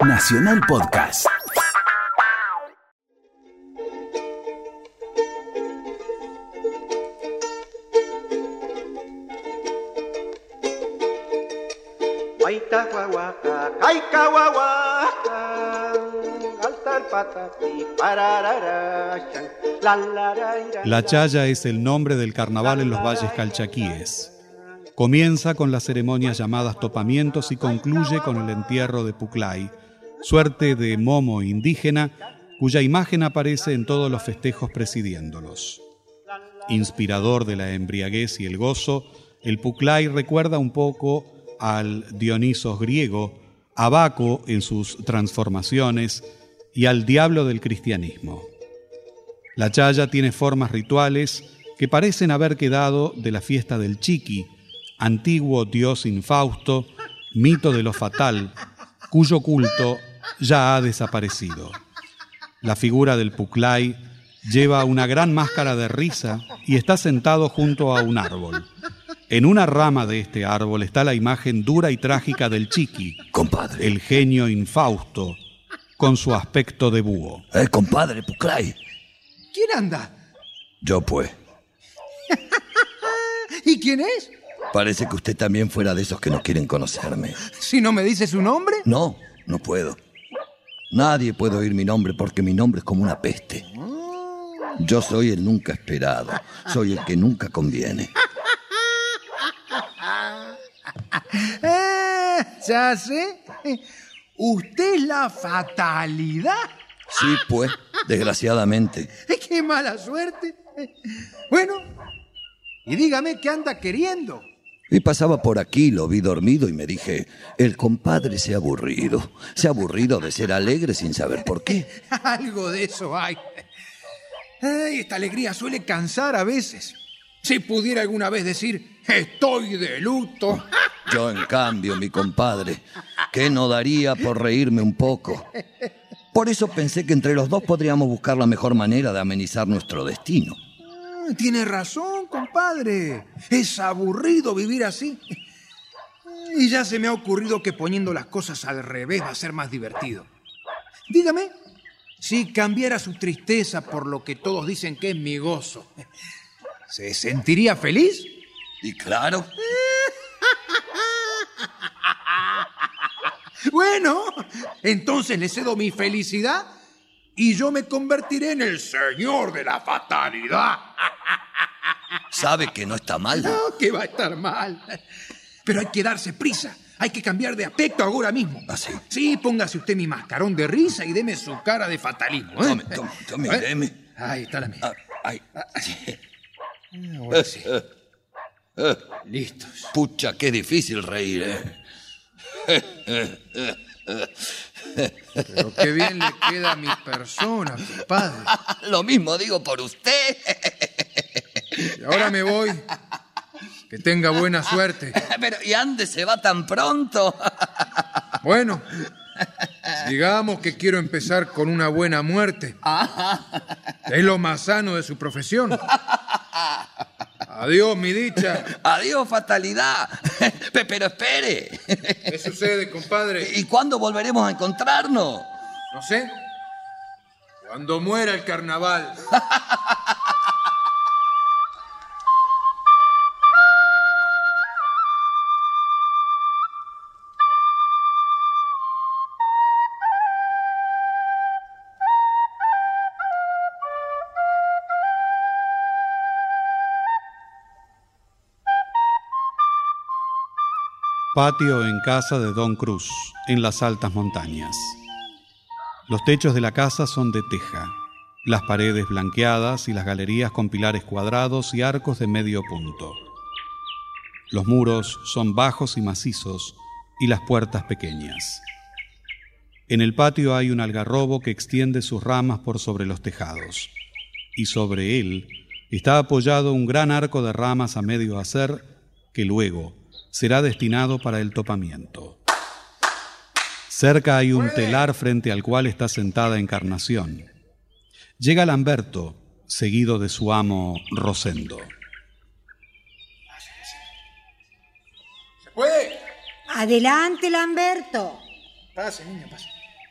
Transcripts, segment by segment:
Nacional Podcast. La Chaya es el nombre del carnaval en los valles calchaquíes. Comienza con las ceremonias llamadas topamientos y concluye con el entierro de Puclay, suerte de momo indígena cuya imagen aparece en todos los festejos presidiéndolos. Inspirador de la embriaguez y el gozo, el Puclay recuerda un poco al Dionisos griego, a Baco en sus transformaciones y al diablo del cristianismo. La Chaya tiene formas rituales que parecen haber quedado de la fiesta del Chiqui, antiguo dios infausto, mito de lo fatal, cuyo culto ya ha desaparecido. La figura del Puclay lleva una gran máscara de risa y está sentado junto a un árbol. En una rama de este árbol está la imagen dura y trágica del Chiqui, compadre, el genio infausto, con su aspecto de búho. Compadre Puclay. ¿Quién anda? Yo, pues. ¿Y quién es? Parece que usted también fuera de esos que no quieren conocerme. ¿Si no me dice su nombre? No, no puedo. Nadie puede oír mi nombre porque mi nombre es como una peste. Yo soy el nunca esperado. Soy el que nunca conviene. Ya sé. ¿Usted es la fatalidad? Sí, pues, desgraciadamente. ¡Qué mala suerte! Bueno, y dígame qué anda queriendo. Y pasaba por aquí, lo vi dormido y me dije, el compadre se ha aburrido. Se ha aburrido de ser alegre sin saber por qué. Algo de eso hay. Ay, esta alegría suele cansar a veces. Si pudiera alguna vez decir, estoy de luto. Yo, en cambio, mi compadre, ¿qué no daría por reírme un poco? Por eso pensé que entre los dos podríamos buscar la mejor manera de amenizar nuestro destino. Tiene razón, compadre. Es aburrido vivir así. Y ya se me ha ocurrido que poniendo las cosas al revés va a ser más divertido. Dígame, si cambiara su tristeza por lo que todos dicen que es mi gozo, ¿se sentiría feliz? Y claro. Bueno, entonces le cedo mi felicidad y yo me convertiré en el señor de la fatalidad. ¿Sabe que no está mal? No, que va a estar mal. Pero hay que darse prisa. Hay que cambiar de aspecto ahora mismo. ¿Ah, sí? Sí, póngase usted mi mascarón de risa y deme su cara de fatalismo. Tome, deme. Ahí está la mía. Ay. Ahora sí. Listos. Pucha, qué difícil reír, Pero qué bien le queda a mi persona, compadre. Lo mismo digo por usted. Y ahora me voy. Que tenga buena suerte. Pero, ¿y ande se va tan pronto? Bueno, digamos que quiero empezar con una buena muerte. Es lo más sano de su profesión. Adiós, mi dicha. Adiós, fatalidad. Pero espere. ¿Qué sucede, compadre? ¿Y cuándo volveremos a encontrarnos? No sé. Cuando muera el carnaval. Patio en casa de Don Cruz, en las altas montañas. Los techos de la casa son de teja, las paredes blanqueadas y las galerías con pilares cuadrados y arcos de medio punto. Los muros son bajos y macizos y las puertas pequeñas. En el patio hay un algarrobo que extiende sus ramas por sobre los tejados, y sobre él está apoyado un gran arco de ramas a medio hacer que luego será destinado para el topamiento. Cerca hay un telar frente al cual está sentada Encarnación. Llega Lamberto, seguido de su amo Rosendo. ¿Se puede? Adelante, Lamberto. Pase, niña, pase.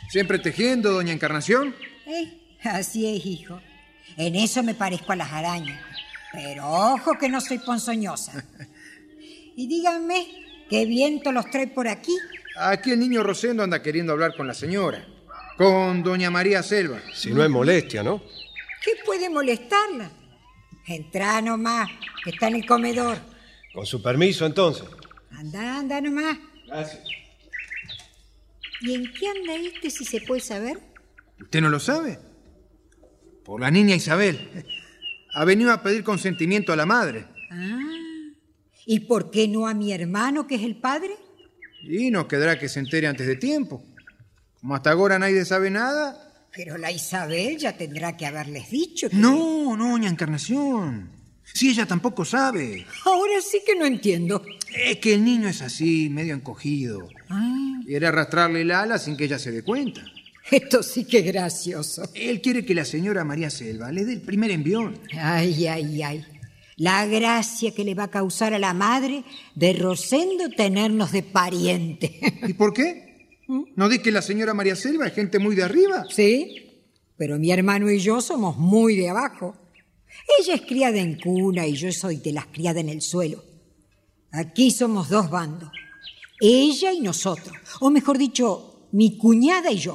¿Siempre tejiendo, doña Encarnación? Así es, hijo. En eso me parezco a las arañas. Pero ojo que no soy ponzoñosa. Y díganme, ¿qué viento los trae por aquí? Aquí el niño Rosendo anda queriendo hablar con la señora. Con doña María Selva. Si no es molestia, ¿no? ¿Qué puede molestarla? Entrá nomás, que está en el comedor. Con su permiso, entonces. Anda nomás. Gracias. ¿Y en qué anda este, si se puede saber? ¿Usted no lo sabe? Por la niña Isabel. Ha venido a pedir consentimiento a la madre. ¿Y por qué no a mi hermano, que es el padre? Y nos quedará que se entere antes de tiempo. Como hasta ahora nadie sabe nada. Pero la Isabel ya tendrá que haberles dicho. No, doña Encarnación. Si ella tampoco sabe. Ahora sí que no entiendo. Es que el niño es así, medio encogido. Quiere arrastrarle el ala sin que ella se dé cuenta. Esto sí que es gracioso. Él quiere que la señora María Selva le dé el primer envión. Ay. La gracia que le va a causar a la madre de Rosendo tenernos de pariente. ¿Y por qué? ¿No di que la señora María Selva es gente muy de arriba? Sí, pero mi hermano y yo somos muy de abajo. Ella es criada en cuna y yo soy de las criadas en el suelo. Aquí somos dos bandos. Ella y nosotros. O mejor dicho, mi cuñada y yo.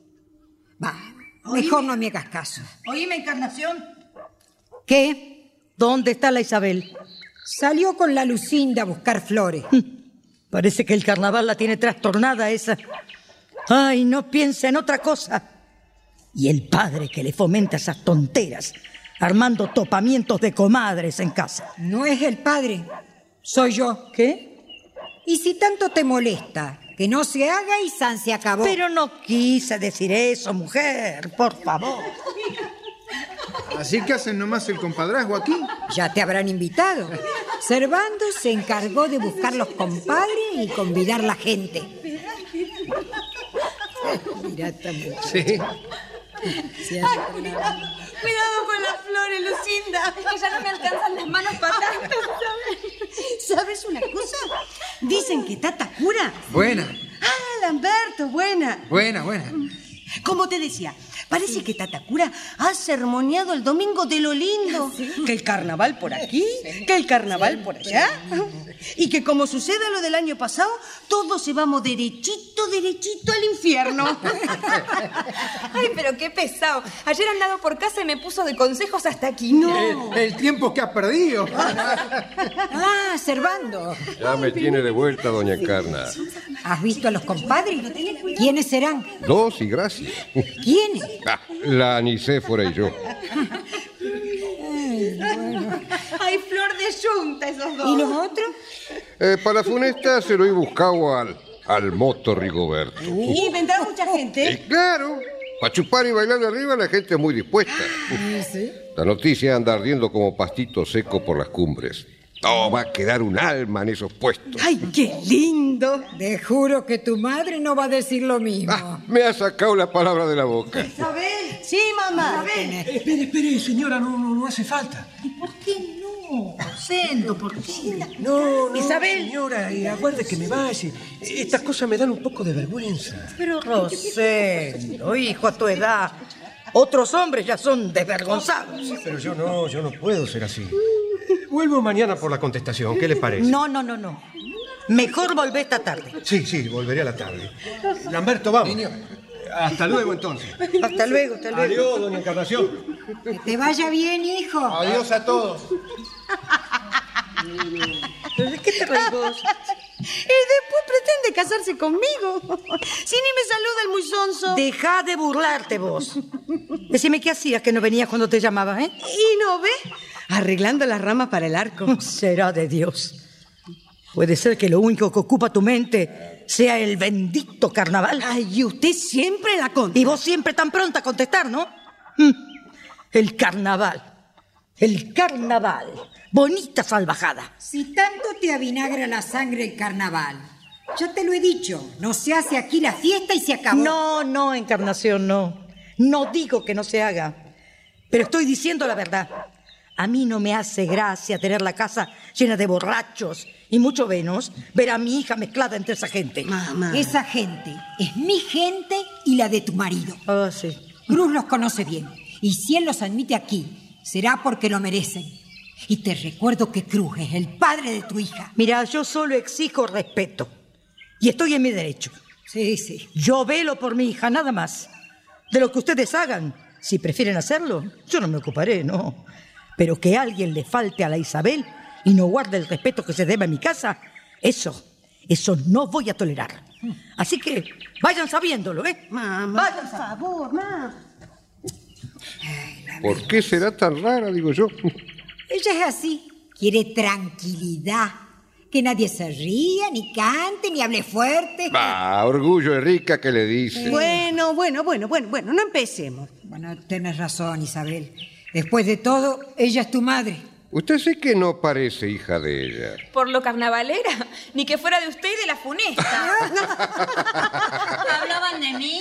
Mejor no me hagas caso. Oíme, Encarnación. ¿Qué? ¿Dónde está la Isabel? Salió con la Lucinda a buscar flores. Parece que el carnaval la tiene trastornada esa. Ay, no piensa en otra cosa. Y el padre que le fomenta esas tonteras, armando topamientos de comadres en casa. No es el padre, soy yo. ¿Qué? Y si tanto te molesta, que no se haga y san se acabó. Pero no quise decir eso, mujer, por favor. Así que hacen nomás el compadrazgo aquí. Ya te habrán invitado. Servando se encargó de buscar los compadres y convidar la gente. Mirá también. Sí. Cuidado con las flores, Lucinda, que ya no me alcanzan las manos para tanto. ¿Sabes una cosa? Dicen que Tata cura. Buena. Lamberto, buena. Buena. Como te decía, parece que Tata cura ha sermoneado el domingo de lo lindo. Que el carnaval por aquí, que el carnaval por allá. Y que como sucede lo del año pasado, todos se vamos derechito al infierno. Ay, pero qué pesado. Ayer andaba por casa y me puso de consejos hasta aquí. No. El tiempo que has perdido. Servando. Ya me tiene de vuelta, doña Encarna. ¿Has visto a los compadres? ¿Quiénes serán? Dos y gracias. ¿Quiénes? La Nicéfora y yo. Ay, flor de yunta esos dos. ¿Y los otros? Para la funesta se lo he buscado al moto Rigoberto. ¿Y vendrá mucha gente? Claro, para chupar y bailar de arriba la gente es muy dispuesta. La noticia anda ardiendo como pastito seco por las cumbres. No, va a quedar un alma en esos puestos. ¡Ay, qué lindo! Te juro que tu madre no va a decir lo mismo. Me ha sacado la palabra de la boca. ¿Isabel? Sí, mamá. Espere, señora, no hace falta. ¿Y por qué no? Rosendo, ¿por qué? No, Isabel. señora, y aguarde que me vaya. Estas cosas me dan un poco de vergüenza. Pero Rosendo, hijo, a tu edad, otros hombres ya son desvergonzados. Pero yo no puedo ser así. Vuelvo mañana por la contestación, ¿qué le parece? No. Mejor volvé esta tarde. Sí, volveré a la tarde. Lamberto, vamos. Hasta luego, entonces. Hasta luego. Adiós, doña Encarnación. Que te vaya bien, hijo. Adiós a todos. ¿De qué te reís vos? Y después pretende casarse conmigo. Si ni me saluda el muy sonso. Deja de burlarte vos. Decime qué hacías que no venías cuando te llamaba, ¿eh? ¿Y no ve? Arreglando las ramas para el arco. Será de Dios. Puede ser que lo único que ocupa tu mente sea el bendito carnaval. Ay, y usted siempre la conta. Y vos siempre tan pronta a contestar, ¿no? El carnaval. Bonita salvajada. Si tanto te avinagra la sangre el carnaval, ya te lo he dicho, no se hace aquí la fiesta y se acabó. No, Encarnación, no. No digo que no se haga, pero estoy diciendo la verdad. A mí no me hace gracia tener la casa llena de borrachos y mucho menos ver a mi hija mezclada entre esa gente. Mamá. Esa gente es mi gente y la de tu marido. Ah, sí. Cruz los conoce bien y si él los admite aquí, será porque lo merecen. Y te recuerdo que Cruz es el padre de tu hija. Mira, yo solo exijo respeto y estoy en mi derecho. Sí, sí. Yo velo por mi hija, nada más. De lo que ustedes hagan, si prefieren hacerlo, yo no me ocuparé, no. Pero que alguien le falte a la Isabel y no guarde el respeto que se debe a mi casa, eso no voy a tolerar. Así que vayan sabiéndolo, ¿eh? Mamá, por favor, mamá. ¿Por qué será tan rara, digo yo? Ella es así. Quiere tranquilidad. Que nadie se ría, ni cante, ni hable fuerte. Orgullo de rica que le dice. Bueno, no empecemos. Bueno, tienes razón, Isabel. Después de todo, ella es tu madre. Usted sé que no parece hija de ella. Por lo carnavalera, ni que fuera de usted y de la funesta. ¿Hablaban de mí?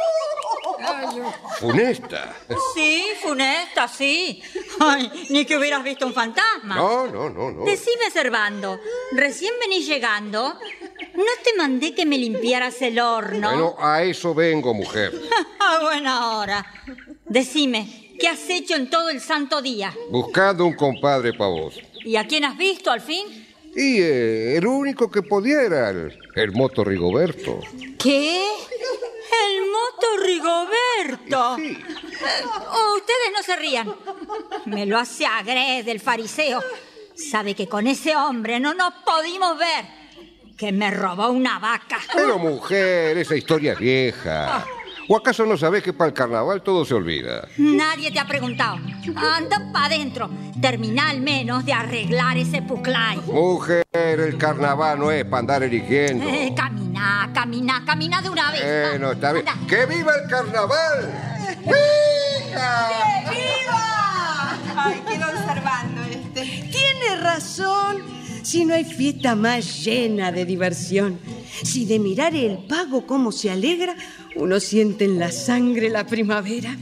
¿Funesta? Sí, funesta, sí. Ay, ni que hubieras visto un fantasma. No. Decime, Servando, recién venís llegando. ¿No te mandé que me limpiaras el horno? Bueno, a eso vengo, mujer. A buena hora. Decime, ¿qué has hecho en todo el santo día? Buscando un compadre para vos. ¿Y a quién has visto al fin? Y el único que podía era el moto Rigoberto. ¿Qué? ¡El moto Rigoberto! Sí. Ustedes no se rían. Me lo hace agrede el fariseo. Sabe que con ese hombre no nos pudimos ver. Que me robó una vaca. Pero mujer, esa historia es vieja. ¿O acaso no sabés que para el carnaval todo se olvida? Nadie te ha preguntado. Anda para adentro. Termina al menos de arreglar ese puclay. Mujer, el carnaval no es para andar eligiendo. Camina de una vez. Bueno, está bien. Anda. ¡Que viva el carnaval! ¡Viva! ¡Que viva! Ay, qué don Servando este. Tiene razón. Si no hay fiesta más llena de diversión. Si de mirar el pago cómo se alegra, uno siente en la sangre la primavera.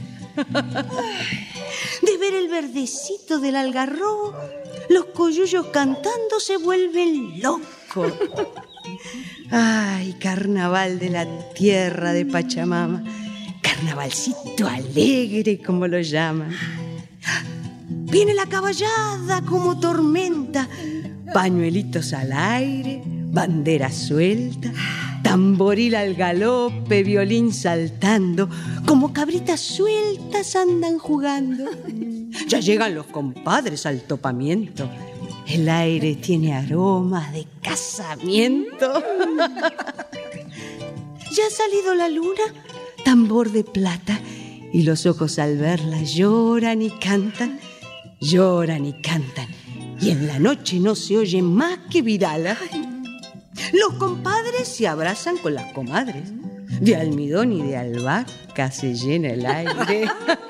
De ver el verdecito del algarrobo, los coyullos cantando se vuelven locos. Ay, carnaval de la tierra de Pachamama. Carnavalcito alegre, como lo llaman. Viene la caballada como tormenta. Pañuelitos al aire, bandera suelta, tamboril al galope, violín saltando, como cabritas sueltas andan jugando. Ya llegan los compadres al topamiento. El aire tiene aromas de casamiento. Ya ha salido la luna, tambor de plata, y los ojos al verla lloran y cantan, lloran y cantan. Y en la noche no se oye más que virala. Los compadres se abrazan con las comadres. De almidón y de albahaca se llena el aire.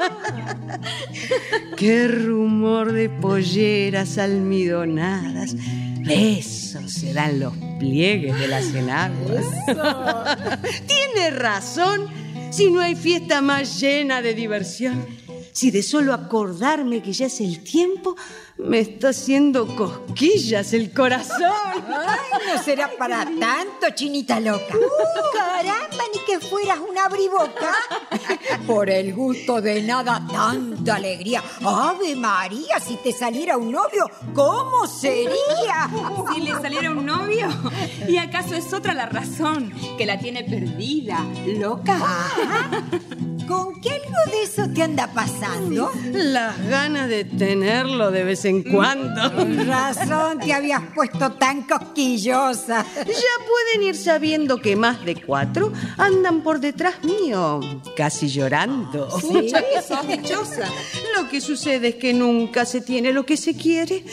Qué rumor de polleras almidonadas. Besos se dan los pliegues de las enaguas. Tiene razón. Si no hay fiesta más llena de diversión. Si de solo acordarme que ya es el tiempo, me está haciendo cosquillas el corazón. Ay, no será para tanto, chinita loca. Caramba, ni que fueras una abriboca. Por el gusto de nada, tanta alegría. Ave María, si te saliera un novio, ¿cómo sería? Si le saliera un novio. ¿Y acaso es otra la razón? Que la tiene perdida, loca. Ajá. ¿Con qué algo de eso te anda pasando? Las ganas de tenerlo de vez en cuando. Con razón te habías puesto tan cosquillosa. Ya pueden ir sabiendo que más de 4 andan por detrás mío, casi llorando. Mucha que sos dichosa. Lo que sucede es que nunca se tiene lo que se quiere.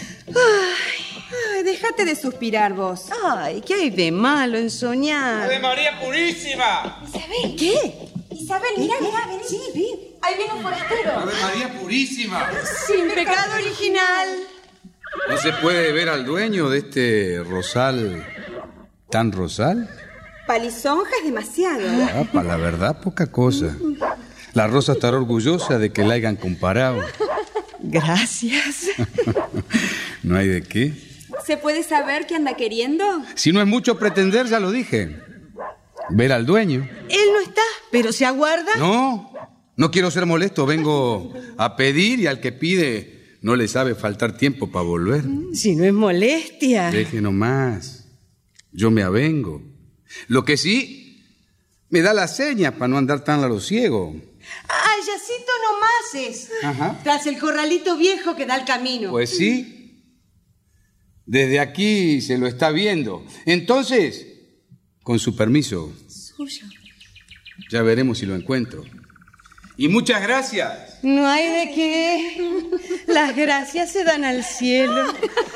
Ay, déjate de suspirar vos. Ay, ¿qué hay de malo en soñar? ¡Ave María Purísima! Isabel. ¿Qué? Isabel, mira, vení. Sí, vi. Ahí viene un forastero. ¡Ave María Purísima! Sin pecado original. ¿No se puede ver al dueño de este rosal tan rosal? Palizonja es demasiado. Para la verdad, poca cosa. La rosa estará orgullosa de que la hayan comparado. Gracias. No hay de qué. ¿Se puede saber qué anda queriendo? Si no es mucho pretender, ya lo dije. Ver al dueño. Él no está, pero se aguarda. No quiero ser molesto. Vengo a pedir y al que pide no le sabe faltar tiempo para volver. Si no es molestia. Deje nomás. Yo me avengo. Lo que sí, me da la seña para no andar tan a lo ciego. Allácito nomás es. Ajá. Tras el corralito viejo que da al camino. Pues sí. Desde aquí se lo está viendo. Entonces, con su permiso. Suyo. Ya veremos si lo encuentro. Y muchas gracias. No hay de qué. Las gracias se dan al cielo.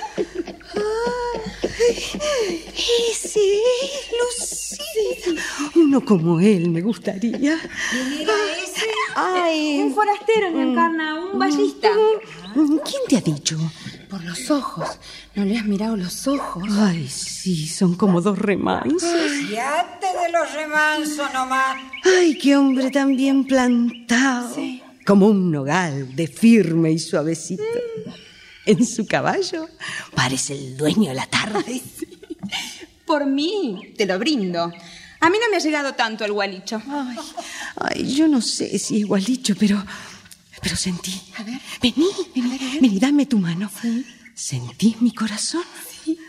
Ese es Lucía. Uno como él me gustaría. Mira ese. Ay. Un forastero, mi Encarna, un ballista. ¿Quién te ha dicho? Por los ojos. ¿No le has mirado los ojos? Ay, sí, son como dos remansos. Fíjate de los remansos nomás. Ay, qué hombre tan bien plantado. Sí. Como un nogal de firme y suavecito. En su caballo parece el dueño de la tarde. Por mí, te lo brindo. A mí no me ha llegado tanto el gualicho. Ay, yo no sé si es gualicho, pero sentí. A ver. Vení, dame tu mano. Sí. ¿Sentís mi corazón? Sí.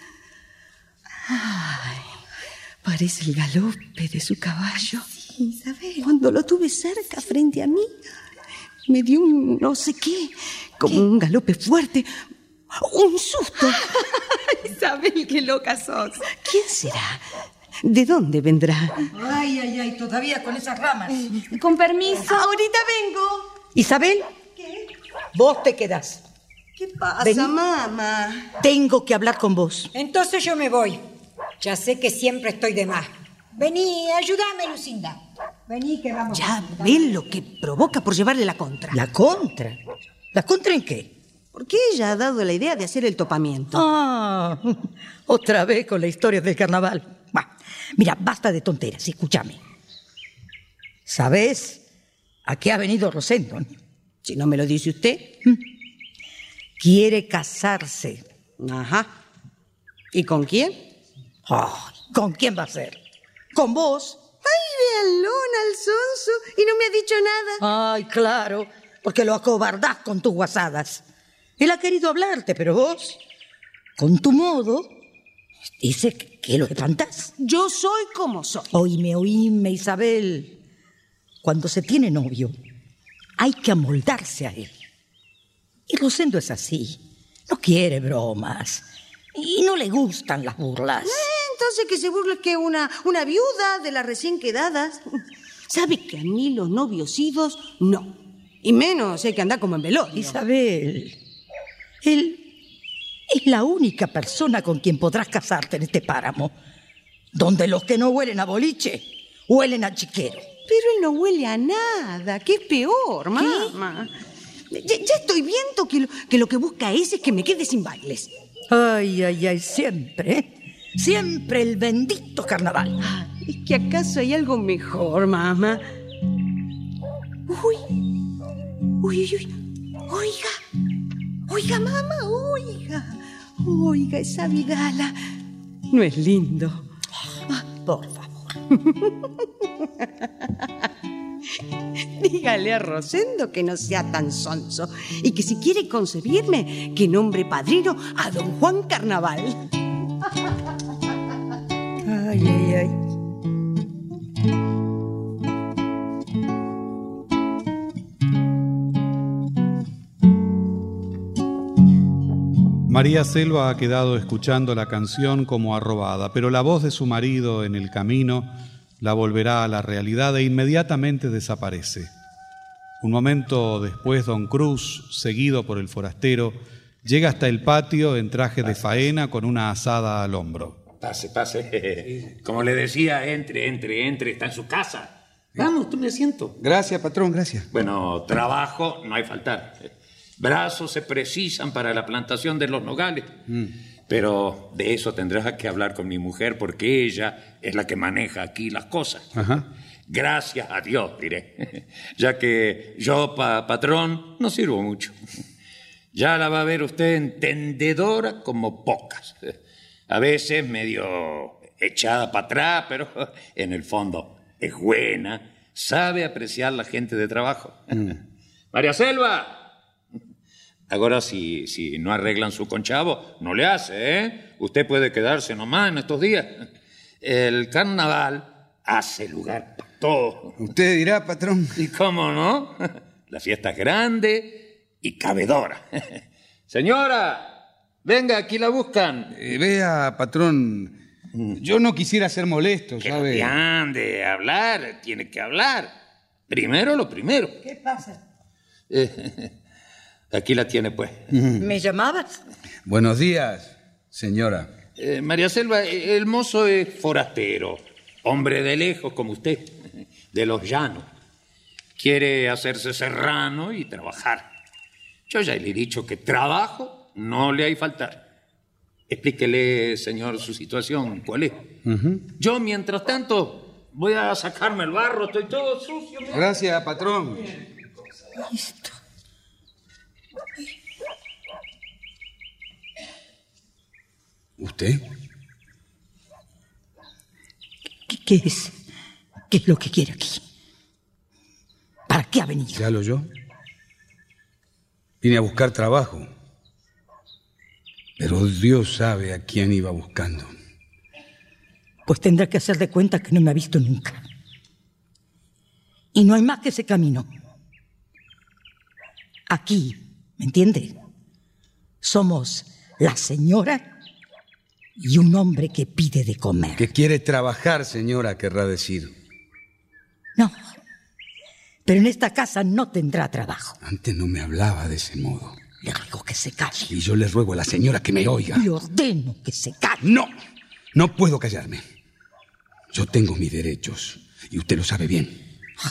Ay, parece el galope de su caballo. Sí, Isabel. Cuando lo tuve cerca, frente a mí, me dio un no sé qué, como un galope fuerte, un susto. Isabel, qué loca sos. ¿Quién será? ¿De dónde vendrá? Ay, todavía con esas ramas. Con permiso. Ahorita vengo. Isabel, ¿Qué? vos te quedás. ¿Qué pasa, Vení. mamá? Tengo que hablar con vos. Entonces yo me voy. Ya sé que siempre estoy de más. Vení, ayúdame, Lucinda. Vení, que vamos. Ya ven lo que provoca por llevarle la contra. ¿La contra? ¿La contra en qué? Porque ella ha dado la idea de hacer el topamiento. Ah, otra vez con la historia del carnaval. Bah, mira, basta de tonteras, escúchame. ¿Sabés a qué ha venido Rosendo? Si no me lo dice usted. Quiere casarse. Ajá. ¿Y con quién? Oh, ¿con quién va a ser? ¿Con vos? Ay, véanlo, Alfonso. Y no me ha dicho nada. Ay, claro, porque lo acobardás con tus guasadas. Él ha querido hablarte, pero vos, con tu modo, dice que lo espantás. Yo soy como soy. Oíme, Isabel. Cuando se tiene novio, hay que amoldarse a él. Y Rosendo es así. No quiere bromas. Y no le gustan las burlas. Entonces que se burle que una viuda de las recién quedadas. ¿Sabe que a mí los novios idos no? Y menos hay que andar como en velorio. Isabel, él es la única persona con quien podrás casarte en este páramo, donde los que no huelen a boliche, huelen a chiquero. Pero él no huele a nada, que es peor, mamá. Ya estoy viendo que lo que busca es que me quede sin bailes. Ay, siempre el bendito carnaval. ¿Es que acaso hay algo mejor, mamá? Uy, oiga, mamá, oiga esa vidala. ¿No es lindo? Por favor. Dígale a Rosendo que no sea tan sonso y que si quiere concebirme, que nombre padrino a don Juan Carnaval. Ay. María Selva ha quedado escuchando la canción como arrobada, pero la voz de su marido en el camino la volverá a la realidad e inmediatamente desaparece. Un momento después, don Cruz, seguido por el forastero, llega hasta el patio en traje de faena con una azada al hombro. Pase. Como le decía, entre, está en su casa. Vamos, tome asiento. Gracias, patrón, gracias. Bueno, trabajo no hay faltar. Brazos se precisan para la plantación de los nogales. Pero de eso tendrás que hablar con mi mujer porque ella es la que maneja aquí las cosas. Ajá. Gracias a Dios, diré. Ya que yo, patrón, no sirvo mucho. Ya la va a ver usted entendedora como pocas. A veces medio echada para atrás, pero en el fondo es buena, sabe apreciar la gente de trabajo. María Selva, ahora si no arreglan su conchavo, no le hace, ¿eh? Usted puede quedarse nomás en estos días. El carnaval hace lugar para todo. Usted dirá, patrón. ¿Y cómo no? La fiesta es grande y cabedora. Señora, venga, aquí la buscan. Vea, patrón, yo no quisiera ser molesto, ¿sabe? Que ande a hablar, tiene que hablar. Primero lo primero. ¿Qué pasa? Aquí la tiene, pues. ¿Me llamabas? Buenos días, señora. María Selva, el mozo es forastero, hombre de lejos como usted, de los llanos. Quiere hacerse serrano y trabajar. Yo ya le he dicho que trabajo no le hay faltar. Explíquele, señor, su situación, ¿cuál es? Yo, mientras tanto, voy a sacarme el barro, estoy todo sucio. Mira. Gracias, patrón. Listo. ¿Usted? ¿Qué es? ¿Qué es lo que quiere aquí? ¿Para qué ha venido? ¿Ya lo oyó? Vine a buscar trabajo. Pero Dios sabe a quién iba buscando. Pues tendrá que hacer de cuenta que no me ha visto nunca. Y no hay más que ese camino. Aquí, ¿me entiende? Somos la señora y un hombre que pide de comer. Que quiere trabajar, señora, querrá decir. No, pero en esta casa no tendrá trabajo. Antes no me hablaba de ese modo. Le ruego que se calle. Y yo le ruego a la señora que me oiga. Le ordeno que se calle. No, no puedo callarme. Yo tengo mis derechos y usted lo sabe bien. Ay,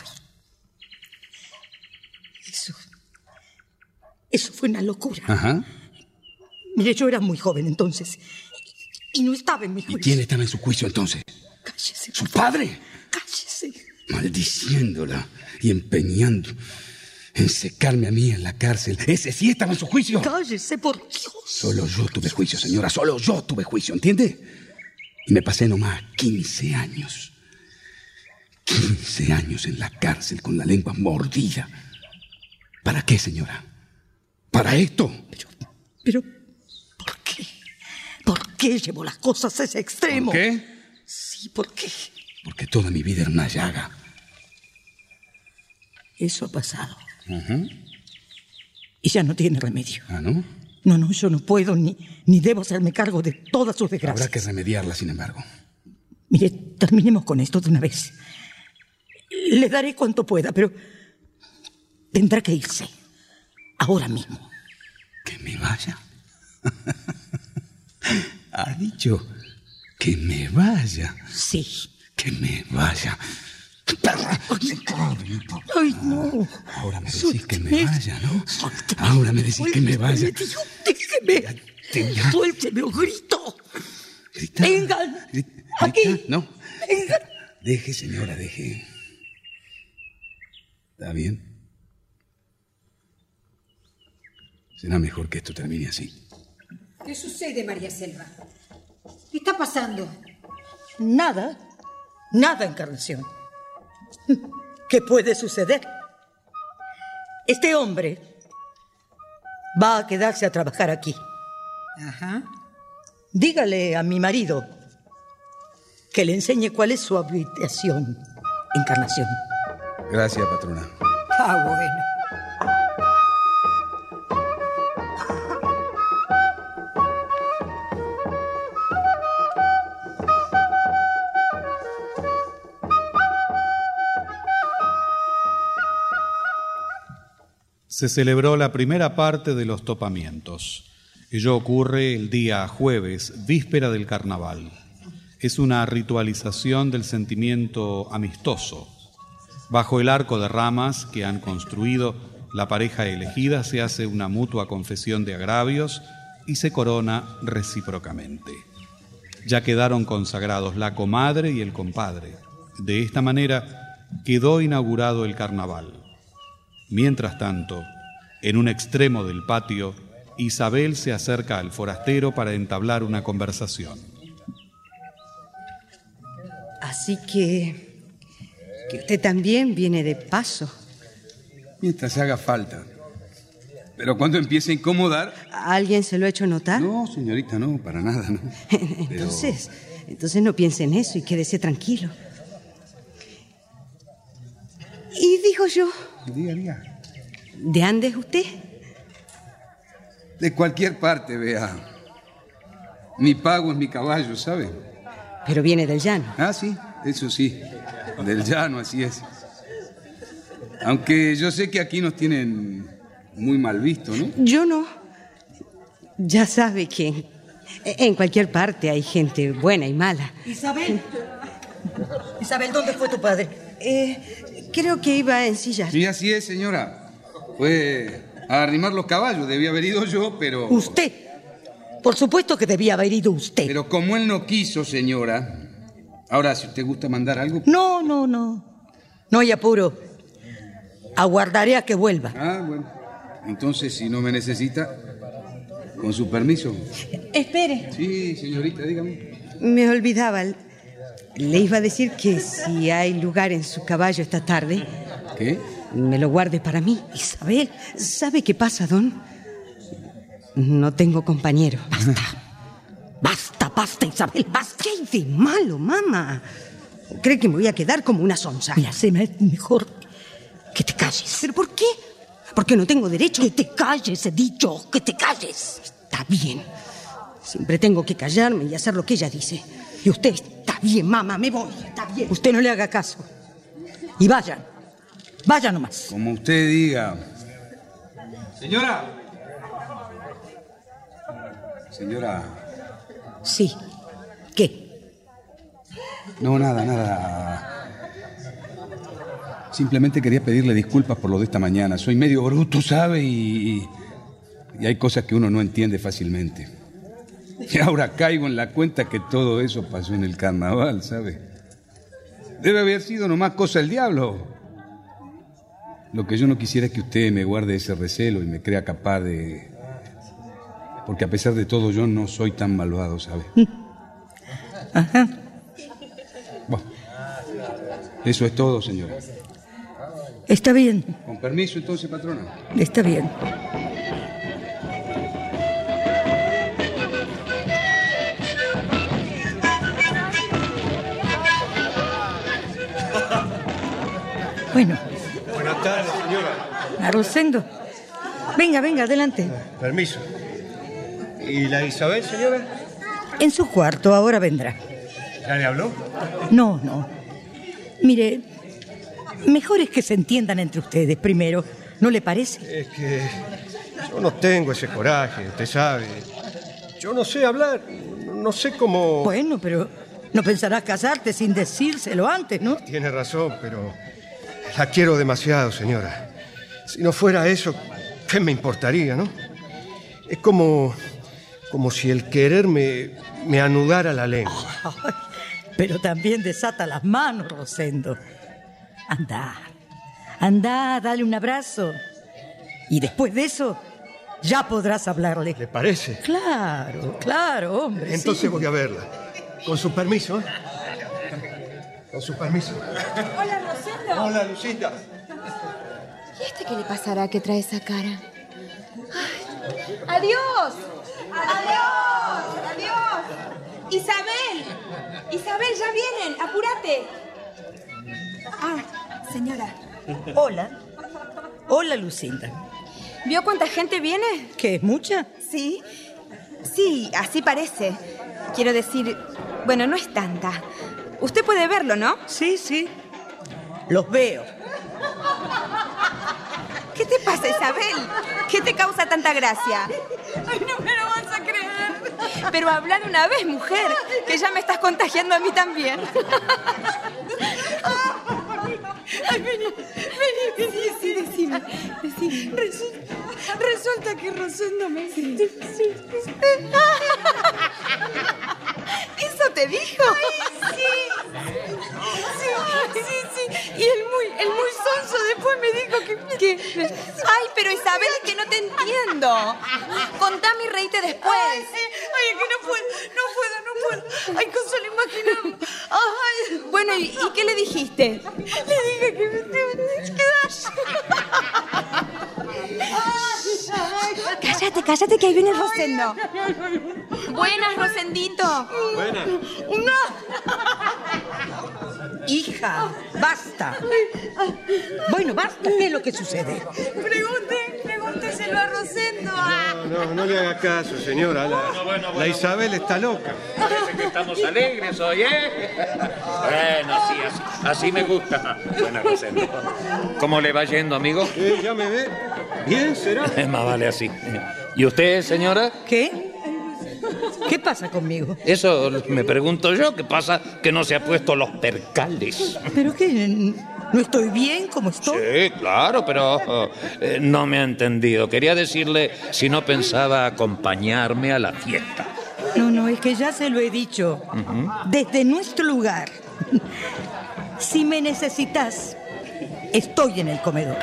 eso fue una locura. Ajá. Mire, yo era muy joven entonces y no estaba en mi juicio. ¿Y quién estaba en su juicio entonces? Cállese. ¿Su padre? Cállese. Maldiciéndola y empeñando en secarme a mí en la cárcel. ¿Ese sí estaba en su juicio? Cállese, por Dios. Solo yo tuve juicio, señora. Solo yo tuve juicio, ¿entiende? Y me pasé nomás 15 años. 15 años en la cárcel con la lengua mordida. ¿Para qué, señora? ¿Para esto? Pero, ¿por qué? ¿Por qué llevó las cosas a ese extremo? ¿Por qué? Sí, ¿por qué? Porque toda mi vida era una llaga. Eso ha pasado. Y ya no tiene remedio. ¿Ah, no? No, yo no puedo ni debo hacerme cargo de todas sus desgracias. Habrá que remediarla, sin embargo. Mire, terminemos con esto de una vez. Le daré cuanto pueda, pero tendrá que irse. Ahora mismo. ¿Que me vaya? Ha dicho que me vaya. Sí. Que me vaya. ¡Perra! ¡Ay, no! Ahora me decís que me vaya, ¿no? Ahora me decís que me vaya. Déjeme. Suélteme o grito. Vengan. Aquí. No. Vengan. Deje, señora, deje. ¿Está bien? Será mejor que esto termine así. ¿Qué sucede, María Selva? ¿Qué está pasando? Nada, Encarnación. ¿Qué puede suceder? Este hombre va a quedarse a trabajar aquí. Ajá. Dígale a mi marido que le enseñe cuál es su habitación, Encarnación. Gracias, patrona. Ah, bueno. Se celebró la primera parte de los topamientos. Ello ocurre el día jueves, víspera del carnaval. Es una ritualización del sentimiento amistoso. Bajo el arco de ramas que han construido, la pareja elegida se hace una mutua confesión de agravios y se corona recíprocamente. Ya quedaron consagrados la comadre y el compadre. De esta manera quedó inaugurado el carnaval. Mientras tanto, en un extremo del patio, Isabel se acerca al forastero para entablar una conversación. Así que usted también viene de paso. Mientras haga falta. Pero cuando empiece a incomodar... ¿A alguien se lo ha hecho notar? No, señorita, no, para nada, no. Entonces no piense en eso y quédese tranquilo. Y digo yo... Diga. ¿De dónde es usted? De cualquier parte, vea. Mi pago es mi caballo, ¿sabe? Pero viene del llano. Ah, sí, eso sí. Del llano, así es. Aunque yo sé que aquí nos tienen muy mal visto, ¿no? Yo no. Ya sabe que en cualquier parte hay gente buena y mala. Isabel, ¿dónde fue tu padre? Creo que iba a ensillar. Sí, así es, señora. Fue a arrimar los caballos. Debía haber ido yo, pero... ¿Usted? Por supuesto que debía haber ido usted. Pero como él no quiso, señora... Ahora, si usted gusta mandar algo... No. No hay apuro. Aguardaré a que vuelva. Ah, bueno. Entonces, si no me necesita, con su permiso. Espere. Sí, señorita, dígame. Me olvidaba. Le iba a decir que si hay lugar en su caballo esta tarde... ¿Qué? Me lo guarde para mí. Isabel, ¿sabe qué pasa, don? No tengo compañero. Basta, Isabel, basta. ¿Qué hay de malo, mamá? ¿Cree que me voy a quedar como una sonsa? Mira, se me es mejor que te calles. ¿Pero por qué? Porque no tengo derecho. Que te calles, he dicho, que te calles. Está bien. Siempre tengo que callarme y hacer lo que ella dice. Y usted, está bien, mamá, me voy, está bien. Usted no le haga caso. Y vayan nomás. Como usted diga. Señora. Sí. ¿Qué? No, nada. Simplemente quería pedirle disculpas por lo de esta mañana. Soy medio bruto, ¿sabe? Y hay cosas que uno no entiende fácilmente. Y ahora caigo en la cuenta que todo eso pasó en el carnaval, ¿sabe? Debe haber sido nomás cosa del diablo. Lo que yo no quisiera es que usted me guarde ese recelo y me crea capaz de... Porque a pesar de todo yo no soy tan malvado, ¿sabe? Ajá. Bueno, eso es todo, señora. Está bien. Con permiso, entonces, patrona. Está bien. Bueno. Buenas tardes, señora. Rosendo. Venga, adelante. Permiso. ¿Y la Isabel, señora? En su cuarto, ahora vendrá. ¿Ya le habló? No. Mire, mejor es que se entiendan entre ustedes primero, ¿no le parece? Es que yo no tengo ese coraje, usted sabe. Yo no sé hablar, no sé cómo... Bueno, pero no pensarás casarte sin decírselo antes, ¿no? Tiene razón, pero la quiero demasiado, señora. Si no fuera eso, ¿qué me importaría, no? Es como si el querer me anudara la lengua. Ay, pero también desata las manos, Rosendo. Anda, dale un abrazo. Y después de eso, ya podrás hablarle. ¿Le parece? Claro, hombre. Entonces sí. Voy a verla. Con su permiso, ¿eh? Con su permiso. Hola, Rosendo. Hola, Lucinda. ¿Y este qué le pasará que trae esa cara? ¡Ay! ¡Adiós! ¡Isabel, ya vienen! ¡Apúrate! Ah, señora. Hola, Lucinda. ¿Vio cuánta gente viene? ¿Qué, es mucha? Sí, así parece. Quiero decir, bueno, no es tanta. Usted puede verlo, ¿no? Sí. Los veo. ¿Qué te pasa, Isabel? ¿Qué te causa tanta gracia? Ay, no me lo vas a creer. Pero habla de una vez, mujer, que ya me estás contagiando a mí también. Ay, vení. Sí, decime. Resulta que Rosendo me... Sí. ¿Eso te dijo? Ay, sí. Y el muy sonso después me dijo que ¿Qué? Ay, pero Isabel, es que no te entiendo. Contame y reíte después. Ay, es que no puedo. Ay, con solo imaginarlo. Ay. Bueno, ¿y qué le dijiste? Le dije que me quedas. Cállate, que ahí viene Rosendo. Buenas, Rosendito. Buenas. Hija, basta. Bueno, basta. ¿Qué es lo que sucede? Pregúnteselo a Rosendo. No le haga caso, señora. La Isabel está loca. Parece que estamos alegres hoy, ¿eh? Bueno, sí, así me gusta. Buenas, Rosendo. ¿Cómo le va yendo, amigo? ¿Ya me ve? ¿Bien será? Es más vale así. ¿Y usted, señora? ¿Qué? ¿Qué pasa conmigo? Eso me pregunto yo. ¿Qué pasa que no se ha puesto los percales? ¿Pero qué? ¿No estoy bien como estoy? Sí, claro, pero no me ha entendido. Quería decirle si no pensaba acompañarme a la fiesta. No, es que ya se lo he dicho. Desde nuestro lugar. Si me necesitas, estoy en el comedor.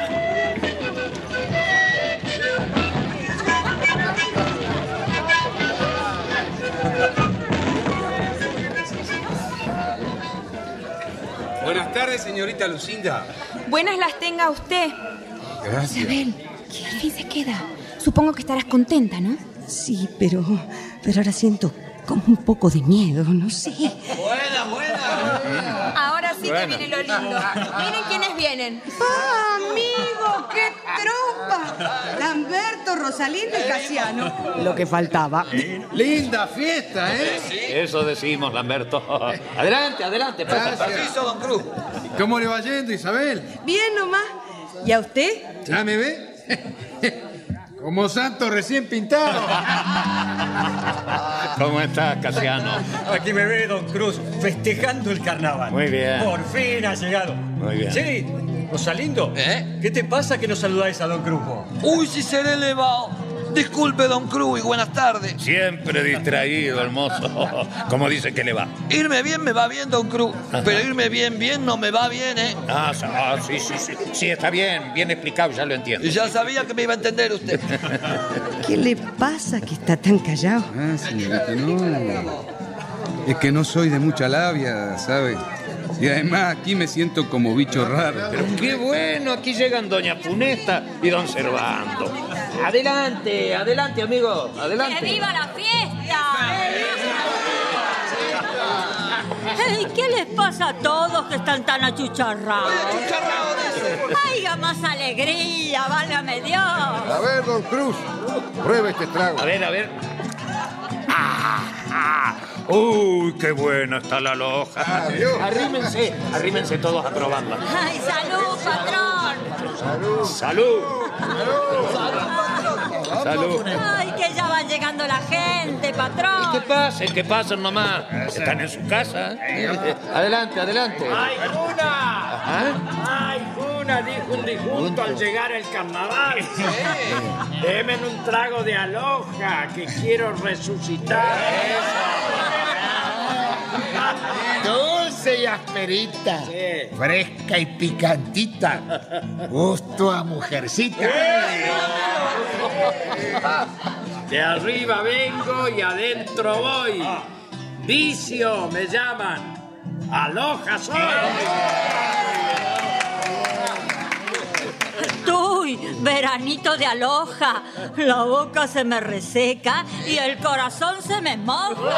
Buenas tardes, señorita Lucinda. Buenas las tenga usted. Gracias. Isabel, que al fin se queda. Supongo que estarás contenta, ¿no? Sí, pero ahora siento como un poco de miedo, no sé. Buena. Ahora sí Bueno. que viene lo lindo. Miren quiénes vienen. ¡Ah, amigo! ¡Qué tropa! Lamberto, Rosalindo y Casiano. Lo que faltaba. Linda fiesta, ¿eh? Eso decimos, Lamberto. Adelante. Permiso, don Cruz. ¿Y cómo le va yendo, Isabel? Bien nomás. ¿Y a usted? ¿Ya me ve? Como santo recién pintado. ¿Cómo estás, Casiano? Aquí me ve don Cruz festejando el carnaval. Muy bien. Por fin ha llegado. Muy bien. Sí, Rosalindo. ¿Qué te pasa que no saludáis a don Cruz? Uy, si seré elevado. Disculpe, don Cruz, y buenas tardes. Siempre distraído, hermoso. ¿Cómo dice que le va? Irme bien me va bien, don Cruz. Pero irme bien no me va bien, ¿eh? Sí. Sí, está bien explicado, ya lo entiendo. Ya sabía que me iba a entender usted. ¿Qué le pasa que está tan callado? Señorita, no. Es que no soy de mucha labia, ¿sabe? Y además aquí me siento como bicho raro. Pero qué bueno, aquí llegan doña Funesta y don Servando. Adelante, amigo, adelante. ¡Que viva la fiesta! Hey, ¿qué les pasa a todos que están tan achucharrados? ¡Haya más alegría, válgame Dios! A ver, don Cruz, pruebe este trago. A ver. ¡Uy, qué buena está la loja! Arrímense todos a probarla. ¡Ay, salud, patrón! ¡Salud! ¡Ay, que ya va llegando la gente, patrón! Que pasen nomás. Están en su casa. Adelante. ¡Ay, Juna! Dijo un disjunto al llegar el carnaval. Deme un trago de aloja, que quiero resucitar. Dulce y asperita, fresca y picantita, gusto a mujercita. De arriba vengo y adentro voy. Vicio me llaman, aloja soy. ¡Uy, veranito de aloja! La boca se me reseca y el corazón se me moja.